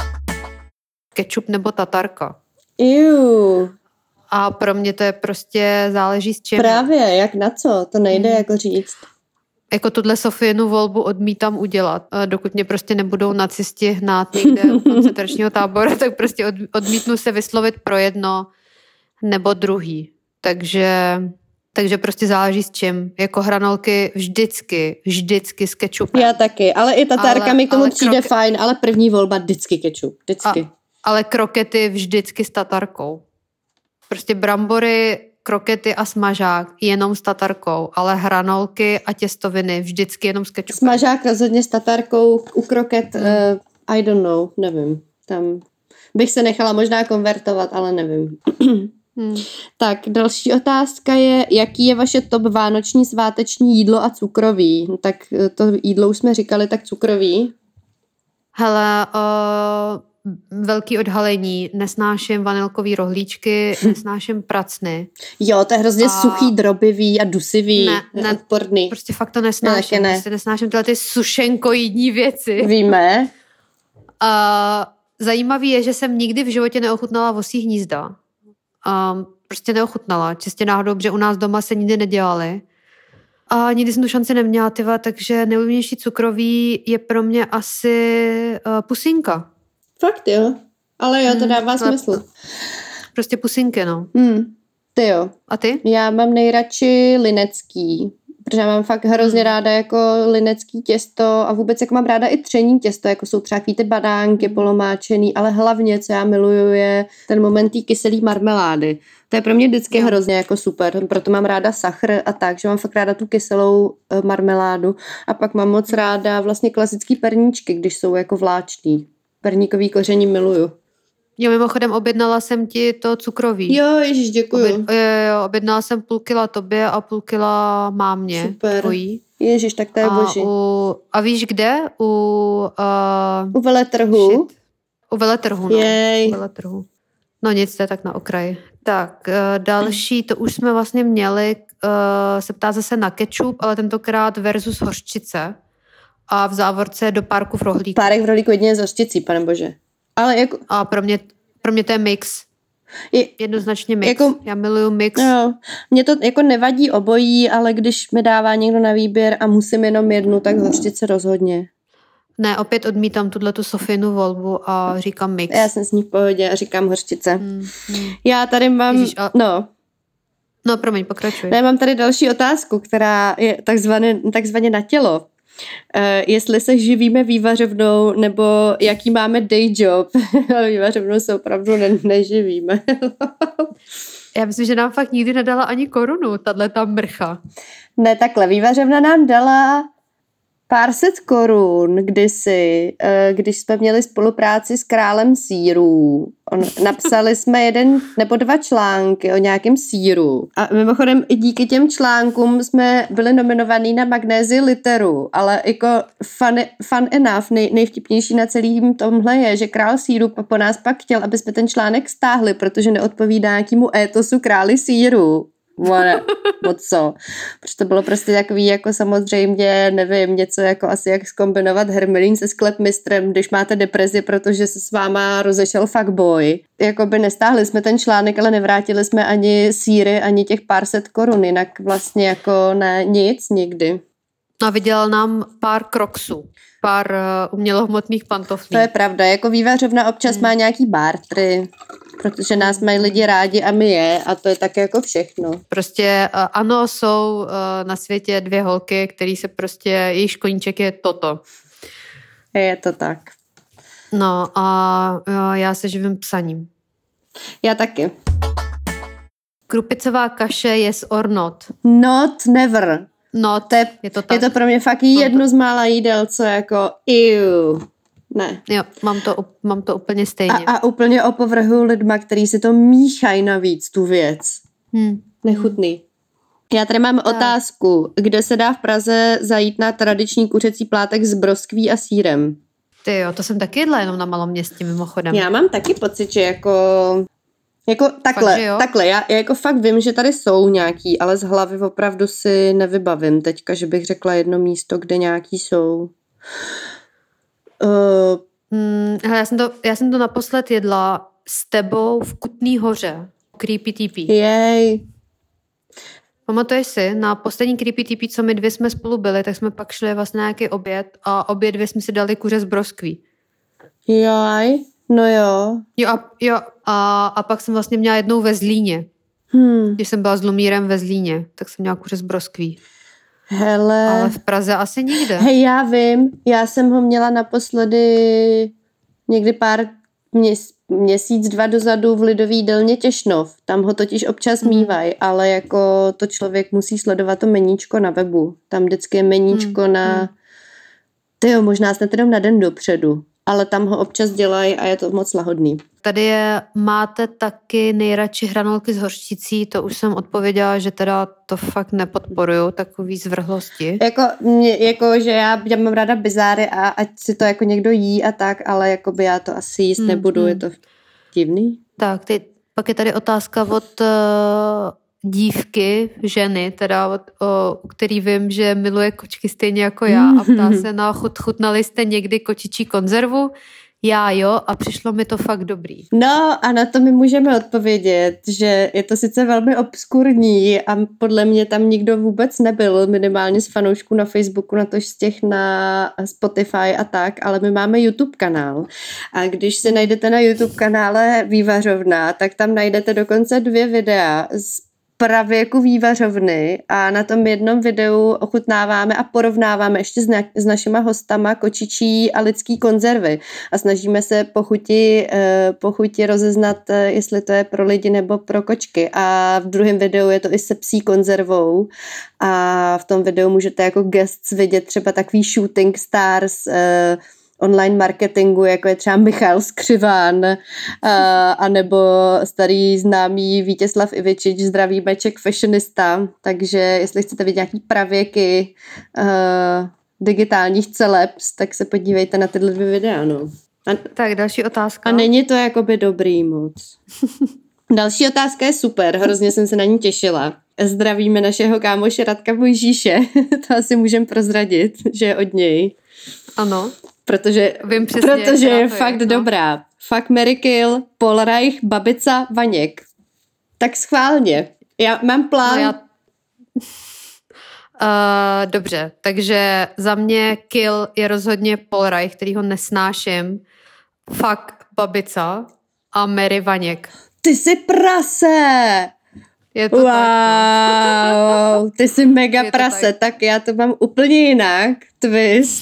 Kečup nebo tatarka. Iu. A pro mě to je prostě záleží s čím. Právě, jak na co, to nejde jako říct. Jako tuhle Sofijinu volbu odmítám udělat. Dokud mě prostě nebudou nacisti hnát někde u koncentračního tábora, tak prostě odmítnu se vyslovit pro jedno nebo druhý. Takže prostě záleží s čím. Jako hranolky vždycky s kečupem. Já taky, ale i tatárka mi k tomu přijde fajn, ale první volba vždycky kečup, vždycky. Ale krokety vždycky s tatarkou. Prostě brambory, krokety a smažák jenom s tatarkou, ale hranolky a těstoviny vždycky jenom s kečupem. Smažák rozhodně s tatarkou, u kroket I don't know, nevím. Tam bych se nechala možná konvertovat, ale nevím. Tak, další otázka je, jaký je vaše top vánoční sváteční jídlo a cukroví? No, tak to jídlo už jsme říkali, tak cukroví. Hele, velký odhalení, nesnáším vanilkový rohlíčky, nesnáším pracny. Jo, to je hrozně suchý, drobivý a dusivý, odporný. Prostě fakt to nesnáším. Prostě nesnáším tyhle ty sušenkojídní věci. Víme. Zajímavý je, že jsem nikdy v životě neochutnala vosí hnízda. Prostě neochutnala. Čistě náhodou, protože u nás doma se nikdy nedělaly. A nikdy jsem tu šanci neměla, takže nejoblíbenější cukroví je pro mě asi pusinka. Fakt jo, ale jo, to dává smysl. Prostě pusinky, no. Ty jo. A ty? Já mám nejradši linecký, protože já mám fakt hrozně ráda jako linecký těsto a vůbec jako mám ráda i tření těsto, jako jsou třeba ty banánky polomáčený, ale hlavně, co já miluju, je ten moment té kyselý marmelády. To je pro mě vždycky hrozně jako super, proto mám ráda sachr a tak, že mám fakt ráda tu kyselou marmeládu a pak mám moc ráda vlastně klasický perníčky, když jsou jako vláčný. Perníkový koření miluju. Jo, mimochodem objednala jsem ti to cukroví. Jo, ježiš, děkuju. Jo, objednala jsem 0,5 kila tobě a 0,5 kila mámě. Super. Tvojí. Ježiš, tak to je boží. A víš kde? U veletrhu. U veletrhu, no. Jej. U veletrhu. No nic, to je tak na okraji. Tak, další, to už jsme vlastně měli, se ptá zase na kečup, ale tentokrát versus hořčice. A v závorce do párku v rohlíku. Párek v rohlíku jedině s hořčicí, pane bože. Ale jako... A pro mě to je mix. Jednoznačně mix. Jako, já miluju mix. Jo, mě to jako nevadí obojí, ale když mi dává někdo na výběr a musím jenom jednu, tak hořčice rozhodně. Ne, opět odmítám tu Sofijinu volbu a říkám mix. Já jsem s ní v pohodě a říkám hořčice. Já tady mám... Ježiš, No, promiň, pokračuj. Já mám tady další otázku, která je takzvaně na tělo. Jestli se živíme vývařovnou, nebo jaký máme day job. Ale vývařovnou se opravdu neživíme. Já myslím, že nám fakt nikdy nedala ani korunu, tato mrcha. Ne, takhle, vývařovna nám dala pár set korun kdysi, když jsme měli spolupráci s Králem sýrů. Napsali jsme 1 nebo 2 články o nějakém sýru. A mimochodem i díky těm článkům jsme byli nominovaní na Magnézii literu, ale jako fun enough, nejvtipnější na celým tomhle je, že Král sýrů po nás pak chtěl, aby jsme ten článek stáhli, protože neodpovídá nějakému étosu Králi sýrů. Co? Protože to bylo prostě takový jako samozřejmě, nevím, něco jako asi jak zkombinovat hermelín se sklepmistrem, když máte depresi, protože se s váma rozešel fuckboy. Jakoby nestáhli jsme ten článek, ale nevrátili jsme ani sýry, ani těch pár set korun, jinak vlastně jako ne, nic nikdy. No a vydělal nám pár kroksů, pár umělohmotných pantoflí. To je pravda, jako vývařovna občas má nějaký bartry, protože nás mají lidi rádi a my je a to je tak jako všechno. Prostě ano, jsou na světě 2 holky, který se prostě, jejich koníček je toto. Je to tak. No a já se živím psaním. Já taky. Krupicová kaše yes or not? Not, never. No, je to tak. Je to pro mě fakt jedno z mála jídel, co jako ne. Jo, mám to úplně stejně. A úplně opovrhuju lidma, kteří si to míchají navíc, tu věc. Nechutný. Já tady mám otázku. Kde se dá v Praze zajít na tradiční kuřecí plátek s broskví a sýrem? Ty jo, to jsem taky jedla jenom na malom městě mimochodem. Já mám taky pocit, že jako Jako Fakt, že jo? takhle, já jako fakt vím, že tady jsou nějaký, ale z hlavy opravdu si nevybavím teďka, že bych řekla jedno místo, kde nějaký jsou. Hele, já jsem to naposled jedla s tebou v Kutný Hoře. Creepy TP. Jej. Pamatuješ si, na poslední Creepy TP, co my dvě jsme spolu byli, tak jsme pak šli vlastně na nějaký oběd a obě dvě jsme si dali kuře z broskví. Jaj, no jo. A pak jsem vlastně měla jednou ve Zlíně. Když jsem byla s Lumírem ve Zlíně, tak jsem měla kuře z broskví. Hele. Ale v Praze asi nikde. Hej, já vím, já jsem ho měla naposledy někdy pár měsíc, 2 dozadu v Lidový jídelně Těšnov. Tam ho totiž občas mývají, ale jako to člověk musí sledovat to meníčko na webu. Tam vždycky je meníčko na... Tyjo, možná snad jenom na den dopředu. Ale tam ho občas dělají a je to moc lahodný. Tady máte taky nejradši hranolky s hořčicí, to už jsem odpověděla, že teda to fakt nepodporuju, takový zvrhlosti. Že já mám ráda bizáry a ať si to jako někdo jí a tak, ale jakoby já to asi jíst nebudu, je to divný. Tak, pak je tady otázka od dívky, ženy, teda který vím, že miluje kočky stejně jako já a ptá se na chutnali jste někdy kočičí konzervu? Já jo a přišlo mi to fakt dobrý. No a na to my můžeme odpovědět, že je to sice velmi obskurní a podle mě tam nikdo vůbec nebyl, minimálně z fanoušků na Facebooku, natož z těch na Spotify a tak, ale my máme YouTube kanál a když si najdete na YouTube kanále Vývařovna, tak tam najdete dokonce 2 videa z pravěku Vývařovny a na tom jednom videu ochutnáváme a porovnáváme ještě s našima hostama kočičí a lidský konzervy a snažíme se po chuti rozeznat, jestli to je pro lidi nebo pro kočky a v druhém videu je to i se psí konzervou a v tom videu můžete jako guests vidět třeba takový shooting stars online marketingu, jako je třeba Michal Skřiván a nebo starý známý Vítězslav Ivičič, zdravý Meček, fashionista, takže jestli chcete vidět nějaký pravěky digitálních celebs, tak se podívejte na tyhle 2 videa, no. Tak další otázka. A není to jakoby dobrý moc. Další otázka je super, hrozně jsem se na ní těšila. Zdravíme našeho kámoše Radka Mojžíše, to asi můžem prozradit, že je od něj. Ano. Protože je fakt dobrá. Fuck, Marry, Kill, Paul Reich, Babica, Vaněk. Tak schválně. Já mám plán. No dobře, takže za mě Kill je rozhodně Paul Reich, který ho nesnáším. Fuck, Babica a Marry, Vaněk. Ty jsi prase! Je to tak. Wow, ty jsi mega prase, tak já to mám úplně jinak. Twist.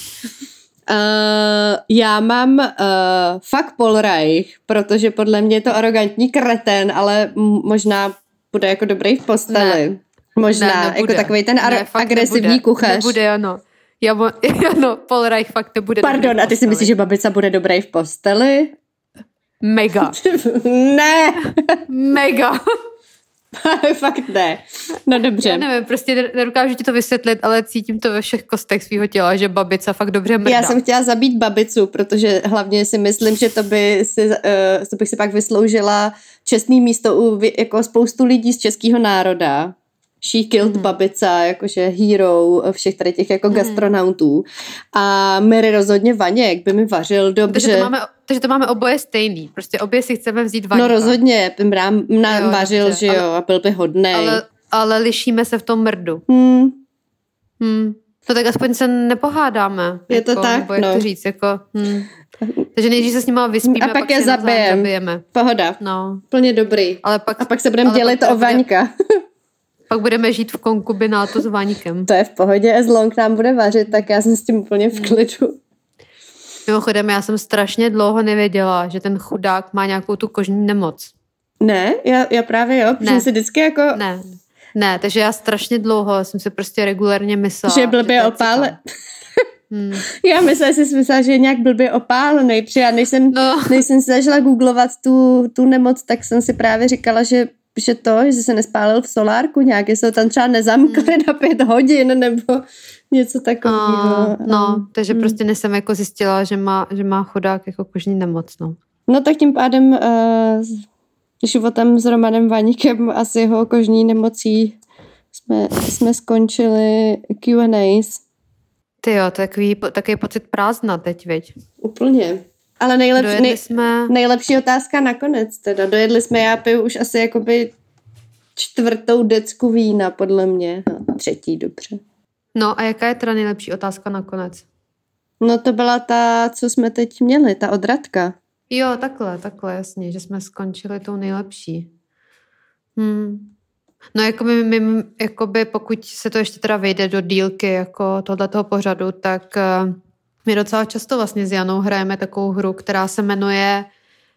Já mám fuck Paul Reich, protože podle mě je to arrogantní kreten, ale možná bude jako dobrý v posteli. Ne, možná, jako takovej ten agresivní kuchař. Nebude, ano. Ano, Paul Reich fakt nebude. Pardon, a ty si myslíš, že Babica bude dobrý v posteli? Mega. Ne. Mega. Fakt ne. No dobře. Já nevím, prostě nedokážu ti to vysvětlit, ale cítím to ve všech kostech svýho těla, že Babica fakt dobře mrdá. Já jsem chtěla zabít Babicu, protože hlavně si myslím, že to bych si pak vysloužila čestný místo u jako spoustu lidí z českého národa. She killed Babica, jakože hero všech tady těch jako gastronautů. A Mary rozhodně Vaněk by mi vařil dobře. Takže to máme oboje stejný. Prostě obě si chceme vzít Vaňka. No rozhodně, by nám vařil, dobře, že jo, a byl by hodnej. Ale lišíme se v tom mrdu. To tak aspoň se nepohádáme. Je to tak, nebo jak to říct, jako... Takže nejdřív se s nima vyspíme a pak je zabijeme. Pohoda. No. Plně dobrý. A pak se budeme dělit o Vaňka. Pak budeme žít v konkubinátu s Vaňkem. To je v pohodě, as long nám bude vařit, tak já jsem s tím úplně v klidu. Mimochodem, já jsem strašně dlouho nevěděla, že ten chudák má nějakou tu kožní nemoc. Ne, já právě jo, protože si vždycky jako... Ne, takže já strašně dlouho jsem si prostě regulérně myslela. Že blbě opálený. Já myslela, že je nějak blbě opálený, protože já než jsem si začala googlovat tu nemoc, tak jsem si právě říkala, že se nespálil v solárku nějak, jestli ho tam třeba nezamkli na 5 hodin, nebo něco takového. Takže prostě nesem jako zjistila, že má chudák jako kožní nemoc, no. No tak tím pádem životem s Romanem Vaníkem a s jeho kožní nemocí jsme skončili Q&As. Tyjo, takový pocit prázdna teď, viď? Úplně. Ale nejlepší otázka nakonec teda. Dojedli jsme, já piju už asi jakoby 4. decku vína, podle mě. No, 3. dobře. No a jaká je teda nejlepší otázka nakonec? No to byla ta, co jsme teď měli, ta od Radka. Jo, takhle, jasně, že jsme skončili tou nejlepší. No jakoby pokud se to ještě teda vejde do dílky jako tohletoho pořadu, tak my docela často vlastně s Janou hrajeme takovou hru, která se jmenuje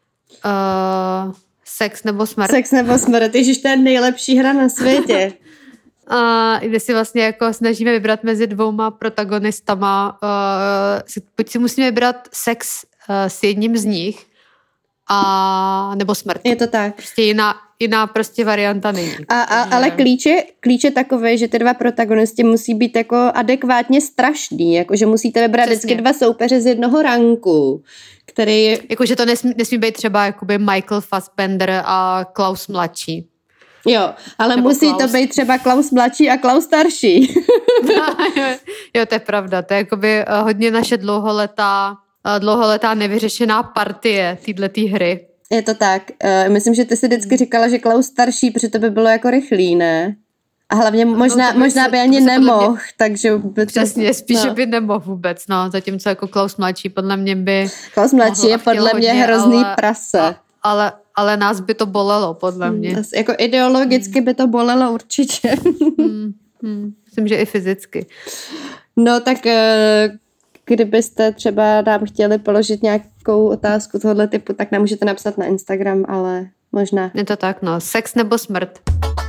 Sex nebo smrt. Sex nebo smrt, ježiš, to je nejlepší hra na světě. Kde si vlastně jako snažíme vybrat mezi 2 protagonistama. Buď si musíme vybrat sex s jedním z nich, nebo smrt. Je to tak. Prostě jiná prostě varianta není. Ale klíč je takový, že ty 2 protagonisti musí být jako adekvátně strašný, jakože musíte vybrat vždycky 2 soupeře z jednoho ranku, který... Jakože to nesmí být třeba jakoby Michael Fassbender a Klaus mladší. Jo, ale nebo musí Klaus. To být třeba Klaus mladší a Klaus starší. Jo, to je pravda. To je jakoby hodně naše dlouholetá nevyřešená partie této hry. Je to tak. Myslím, že ty si vždycky říkala, že Klaus starší, protože to by bylo jako rychlý, ne? A hlavně možná by ani nemohl, takže... Přesně, spíš by nemohl vůbec, no. Zatímco jako Klaus mladší podle mě by... Klaus mladší je podle mě hrozný prase. Ale nás by to bolelo, podle mě. Jako ideologicky by to bolelo určitě. Myslím, že i fyzicky. No tak kdybyste třeba nám chtěli položit nějakou otázku tohoto typu, tak nám můžete napsat na Instagram, ale možná. Je to tak, no. Sex nebo smrt?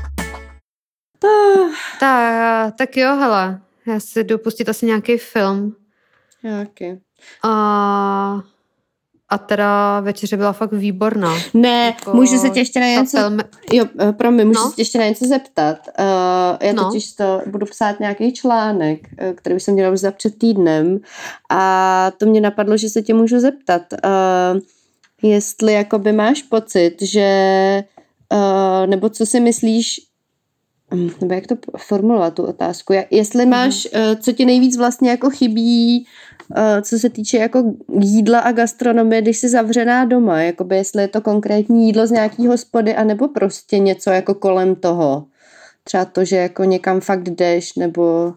Tak jo, hele. Já si jdu pustit asi nějaký film. Okay. A teda večeře byla fakt výborná. Ne, jako můžu se tě ještě na něco... můžu se tě ještě na něco zeptat. Já totiž to budu psát nějaký článek, který už jsem dělala už za před týdnem a to mě napadlo, že se tě můžu zeptat. Jestli jakoby máš pocit, že nebo co si myslíš, nebo jak to formulovat tu otázku, jestli máš, co ti nejvíc vlastně jako chybí, co se týče jako jídla a gastronomie, když jsi zavřená doma, jakoby jestli je to konkrétní jídlo z nějaký hospody, anebo prostě něco jako kolem toho. Třeba to, že jako někam fakt jdeš, nebo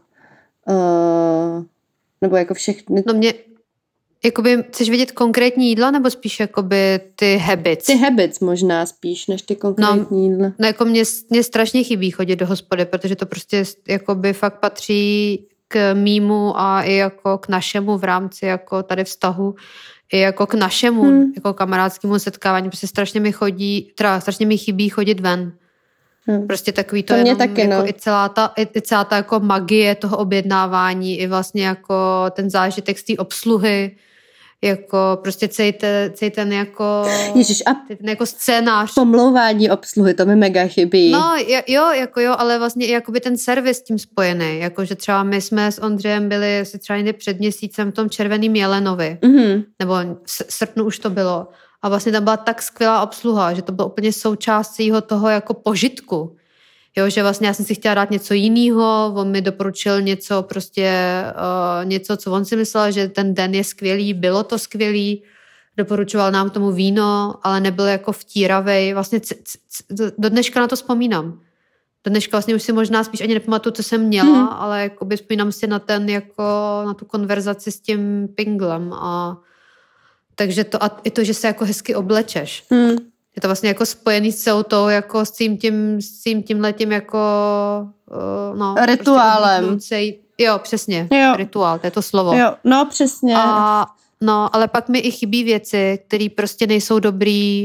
jako všechny. No mě, jakoby, chceš vidět konkrétní jídla, nebo spíš jakoby ty habits? Ty habits možná spíš, než ty konkrétní jídla. No jako mě strašně chybí chodit do hospody, protože to prostě jakoby fakt patří k mýmu a i jako k našemu v rámci jako tady vztahu, i jako k našemu jako kamarádskému setkávání. Prostě strašně mi chybí chodit ven. Prostě takový to jenom taky, jako i celá ta jako magie toho objednávání, i vlastně jako ten zážitek z té obsluhy, jako prostě celý ten jako Ježiš, a ten jako scénář. Pomlouvání obsluhy, to mi mega chybí. No jo, ale vlastně i jakoby ten servis s tím spojený, jako že třeba my jsme s Ondřejem byli asi třeba někdy před měsícem v tom Červeným Jelenovi, nebo v srpnu už to bylo. A vlastně tam byla tak skvělá obsluha, že to bylo úplně součástí toho jako požitku. Jo, že vlastně já jsem si chtěla dát něco jiného, on mi doporučil něco něco, co on si myslel, že ten den je skvělý, bylo to skvělý, doporučoval nám tomu víno, ale nebyl jako vtíravej. Vlastně do dneška na to vzpomínám. Do dneška vlastně už si možná spíš ani nepamatuju, co jsem měla, ale jakoby vzpomínám si na tu konverzaci s tím pinglem takže to a i to, že se jako hezky oblečeš. Je to vlastně jako spojený s celou tou, jako s tímhletím jako rituálem. Prostě jo, přesně. Jo. Rituál, to je to slovo. Jo, no přesně. Ale pak mi i chybí věci, které prostě nejsou dobrý,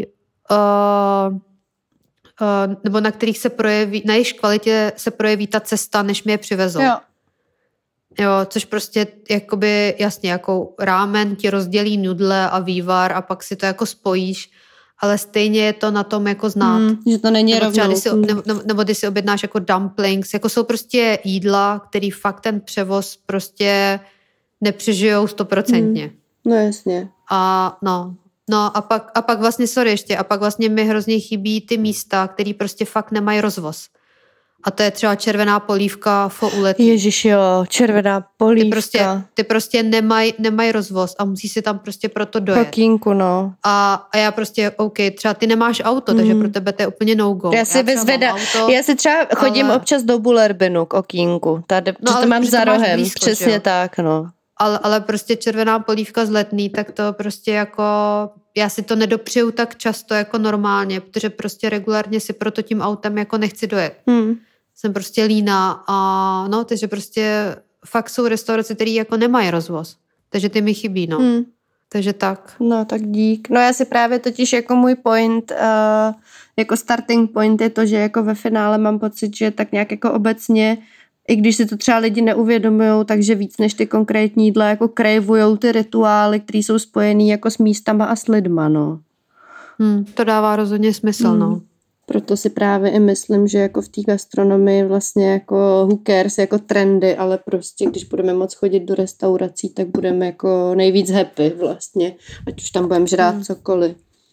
nebo na kterých se projeví, na jejich kvalitě se projeví ta cesta, než mi je přivezou. Jo, což prostě jakoby, jasně, jako rámen ti rozdělí nudle a vývar a pak si to jako spojíš, ale stejně je to na tom jako znát. Že to není rovnou. Nebo když si objednáš jako dumplings, jako jsou prostě jídla, který fakt ten převoz prostě nepřežijou 100%. No jasně. No a pak vlastně, sorry ještě, a pak vlastně mi hrozně chybí ty místa, které prostě fakt nemají rozvoz. A to je třeba červená polívka fouletý. Ježiš jo, červená polívka. Ty prostě nemají rozvoz a musí si tam prostě proto dojet. Pokínku, no. A já prostě, OK, třeba ty nemáš auto, takže pro tebe to je úplně no-go. Já si třeba chodím občas do Bullerbinu k okýnku. Tady, to mám za rohem, blízko, přesně tak, no. Ale prostě červená polívka z Letný, tak to prostě jako, já si to nedopřeju tak často jako normálně, protože prostě regulárně si proto tím autem jako nechci dojet. Jsem prostě líná a no, takže prostě fakt jsou restaurace, které jako nemají rozvoz. Takže ty mi chybí, no. Takže tak. No, tak dík. No já si právě totiž jako můj point, jako starting point je to, že jako ve finále mám pocit, že tak nějak jako obecně, i když si to třeba lidi neuvědomujou, takže víc než ty konkrétní jídla jako krejvujou ty rituály, které jsou spojený jako s místama a s lidma, no. To dává rozhodně smysl, no. Proto si právě i myslím, že jako v té gastronomii vlastně jako who cares, jako trendy, ale prostě když budeme moc chodit do restaurací, tak budeme jako nejvíc happy vlastně, ať už tam budeme žrát cokoliv.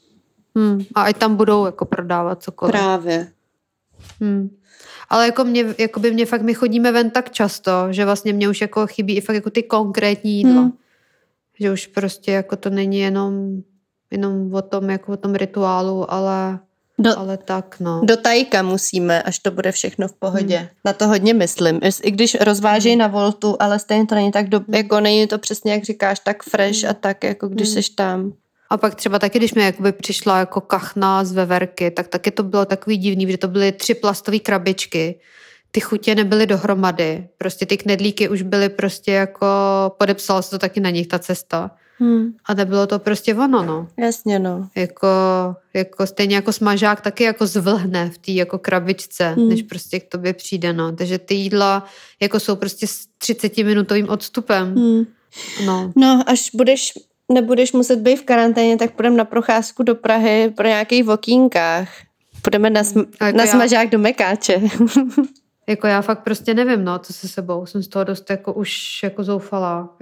A ať tam budou jako prodávat cokoliv. Právě. Ale jako mě fakt, my chodíme ven tak často, že vlastně mě už jako chybí i fakt jako ty konkrétní jídla. Že už prostě jako to není jenom o tom, jako o tom rituálu, ale tak, no. Do Tajka musíme, až to bude všechno v pohodě. Na to hodně myslím. I když rozvážejí na Voltu, ale stejně to není tak jako není to přesně, jak říkáš, tak fresh a tak, jako když seš tam. A pak třeba taky, když mi jakoby přišla jako kachna z veverky, tak taky to bylo takový divný, že to byly 3 plastové krabičky. Ty chutě nebyly dohromady. Prostě ty knedlíky už byly prostě jako, podepsala se to taky na nich ta cesta. A nebylo to prostě ono, no. Jasně, no. Jako stejně jako smažák taky jako zvlhne v té jako krabičce, než prostě k tobě přijde, no. Takže ty jídla jako jsou prostě s 30-minutovým odstupem. No, až nebudeš muset být v karanténě, tak půjdeme na procházku do Prahy pro nějakých okýnkách. Půjdeme na smažák do Mekáče. Jako já fakt prostě nevím, no, co se sebou. Jsem z toho dost jako už jako zoufalá.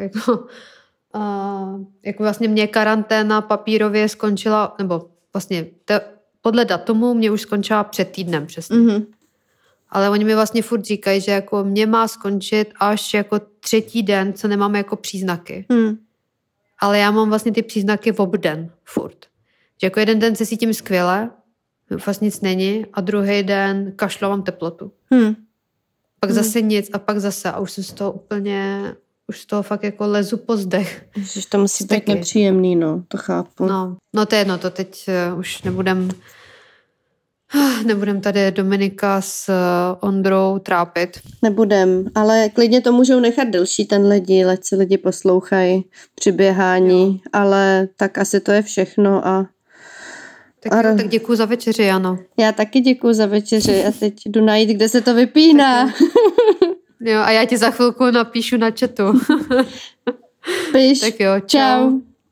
Jako vlastně mě karanténa papírově skončila, nebo vlastně podle datumu mě už skončila před týdnem přesně. Ale oni mi vlastně furt říkají, že jako mě má skončit až jako 3. den, co nemám jako příznaky. Ale já mám vlastně ty příznaky v obden furt. Že jako jeden den se cítím skvěle, vlastně nic není, a druhý den kašlu, mám teplotu. Pak zase nic a pak zase a už jsem z toho úplně, už z toho fakt jako lezu po zdech. Ježiš, to musí být nepříjemný, no, to chápu. No to je jedno, to teď už nebudem tady Dominika s Ondrou trápit. Nebudem, ale klidně to můžou nechat delší ten lidi, ať si lidi poslouchají při běhání, ale tak asi to je všechno tak děkuju za večeři, Jano. Já taky děkuju za večeři a teď jdu najít, kde se to vypíná. Jo, a já ti za chvilku napíšu na chatu. Píš. Tak jo, čau.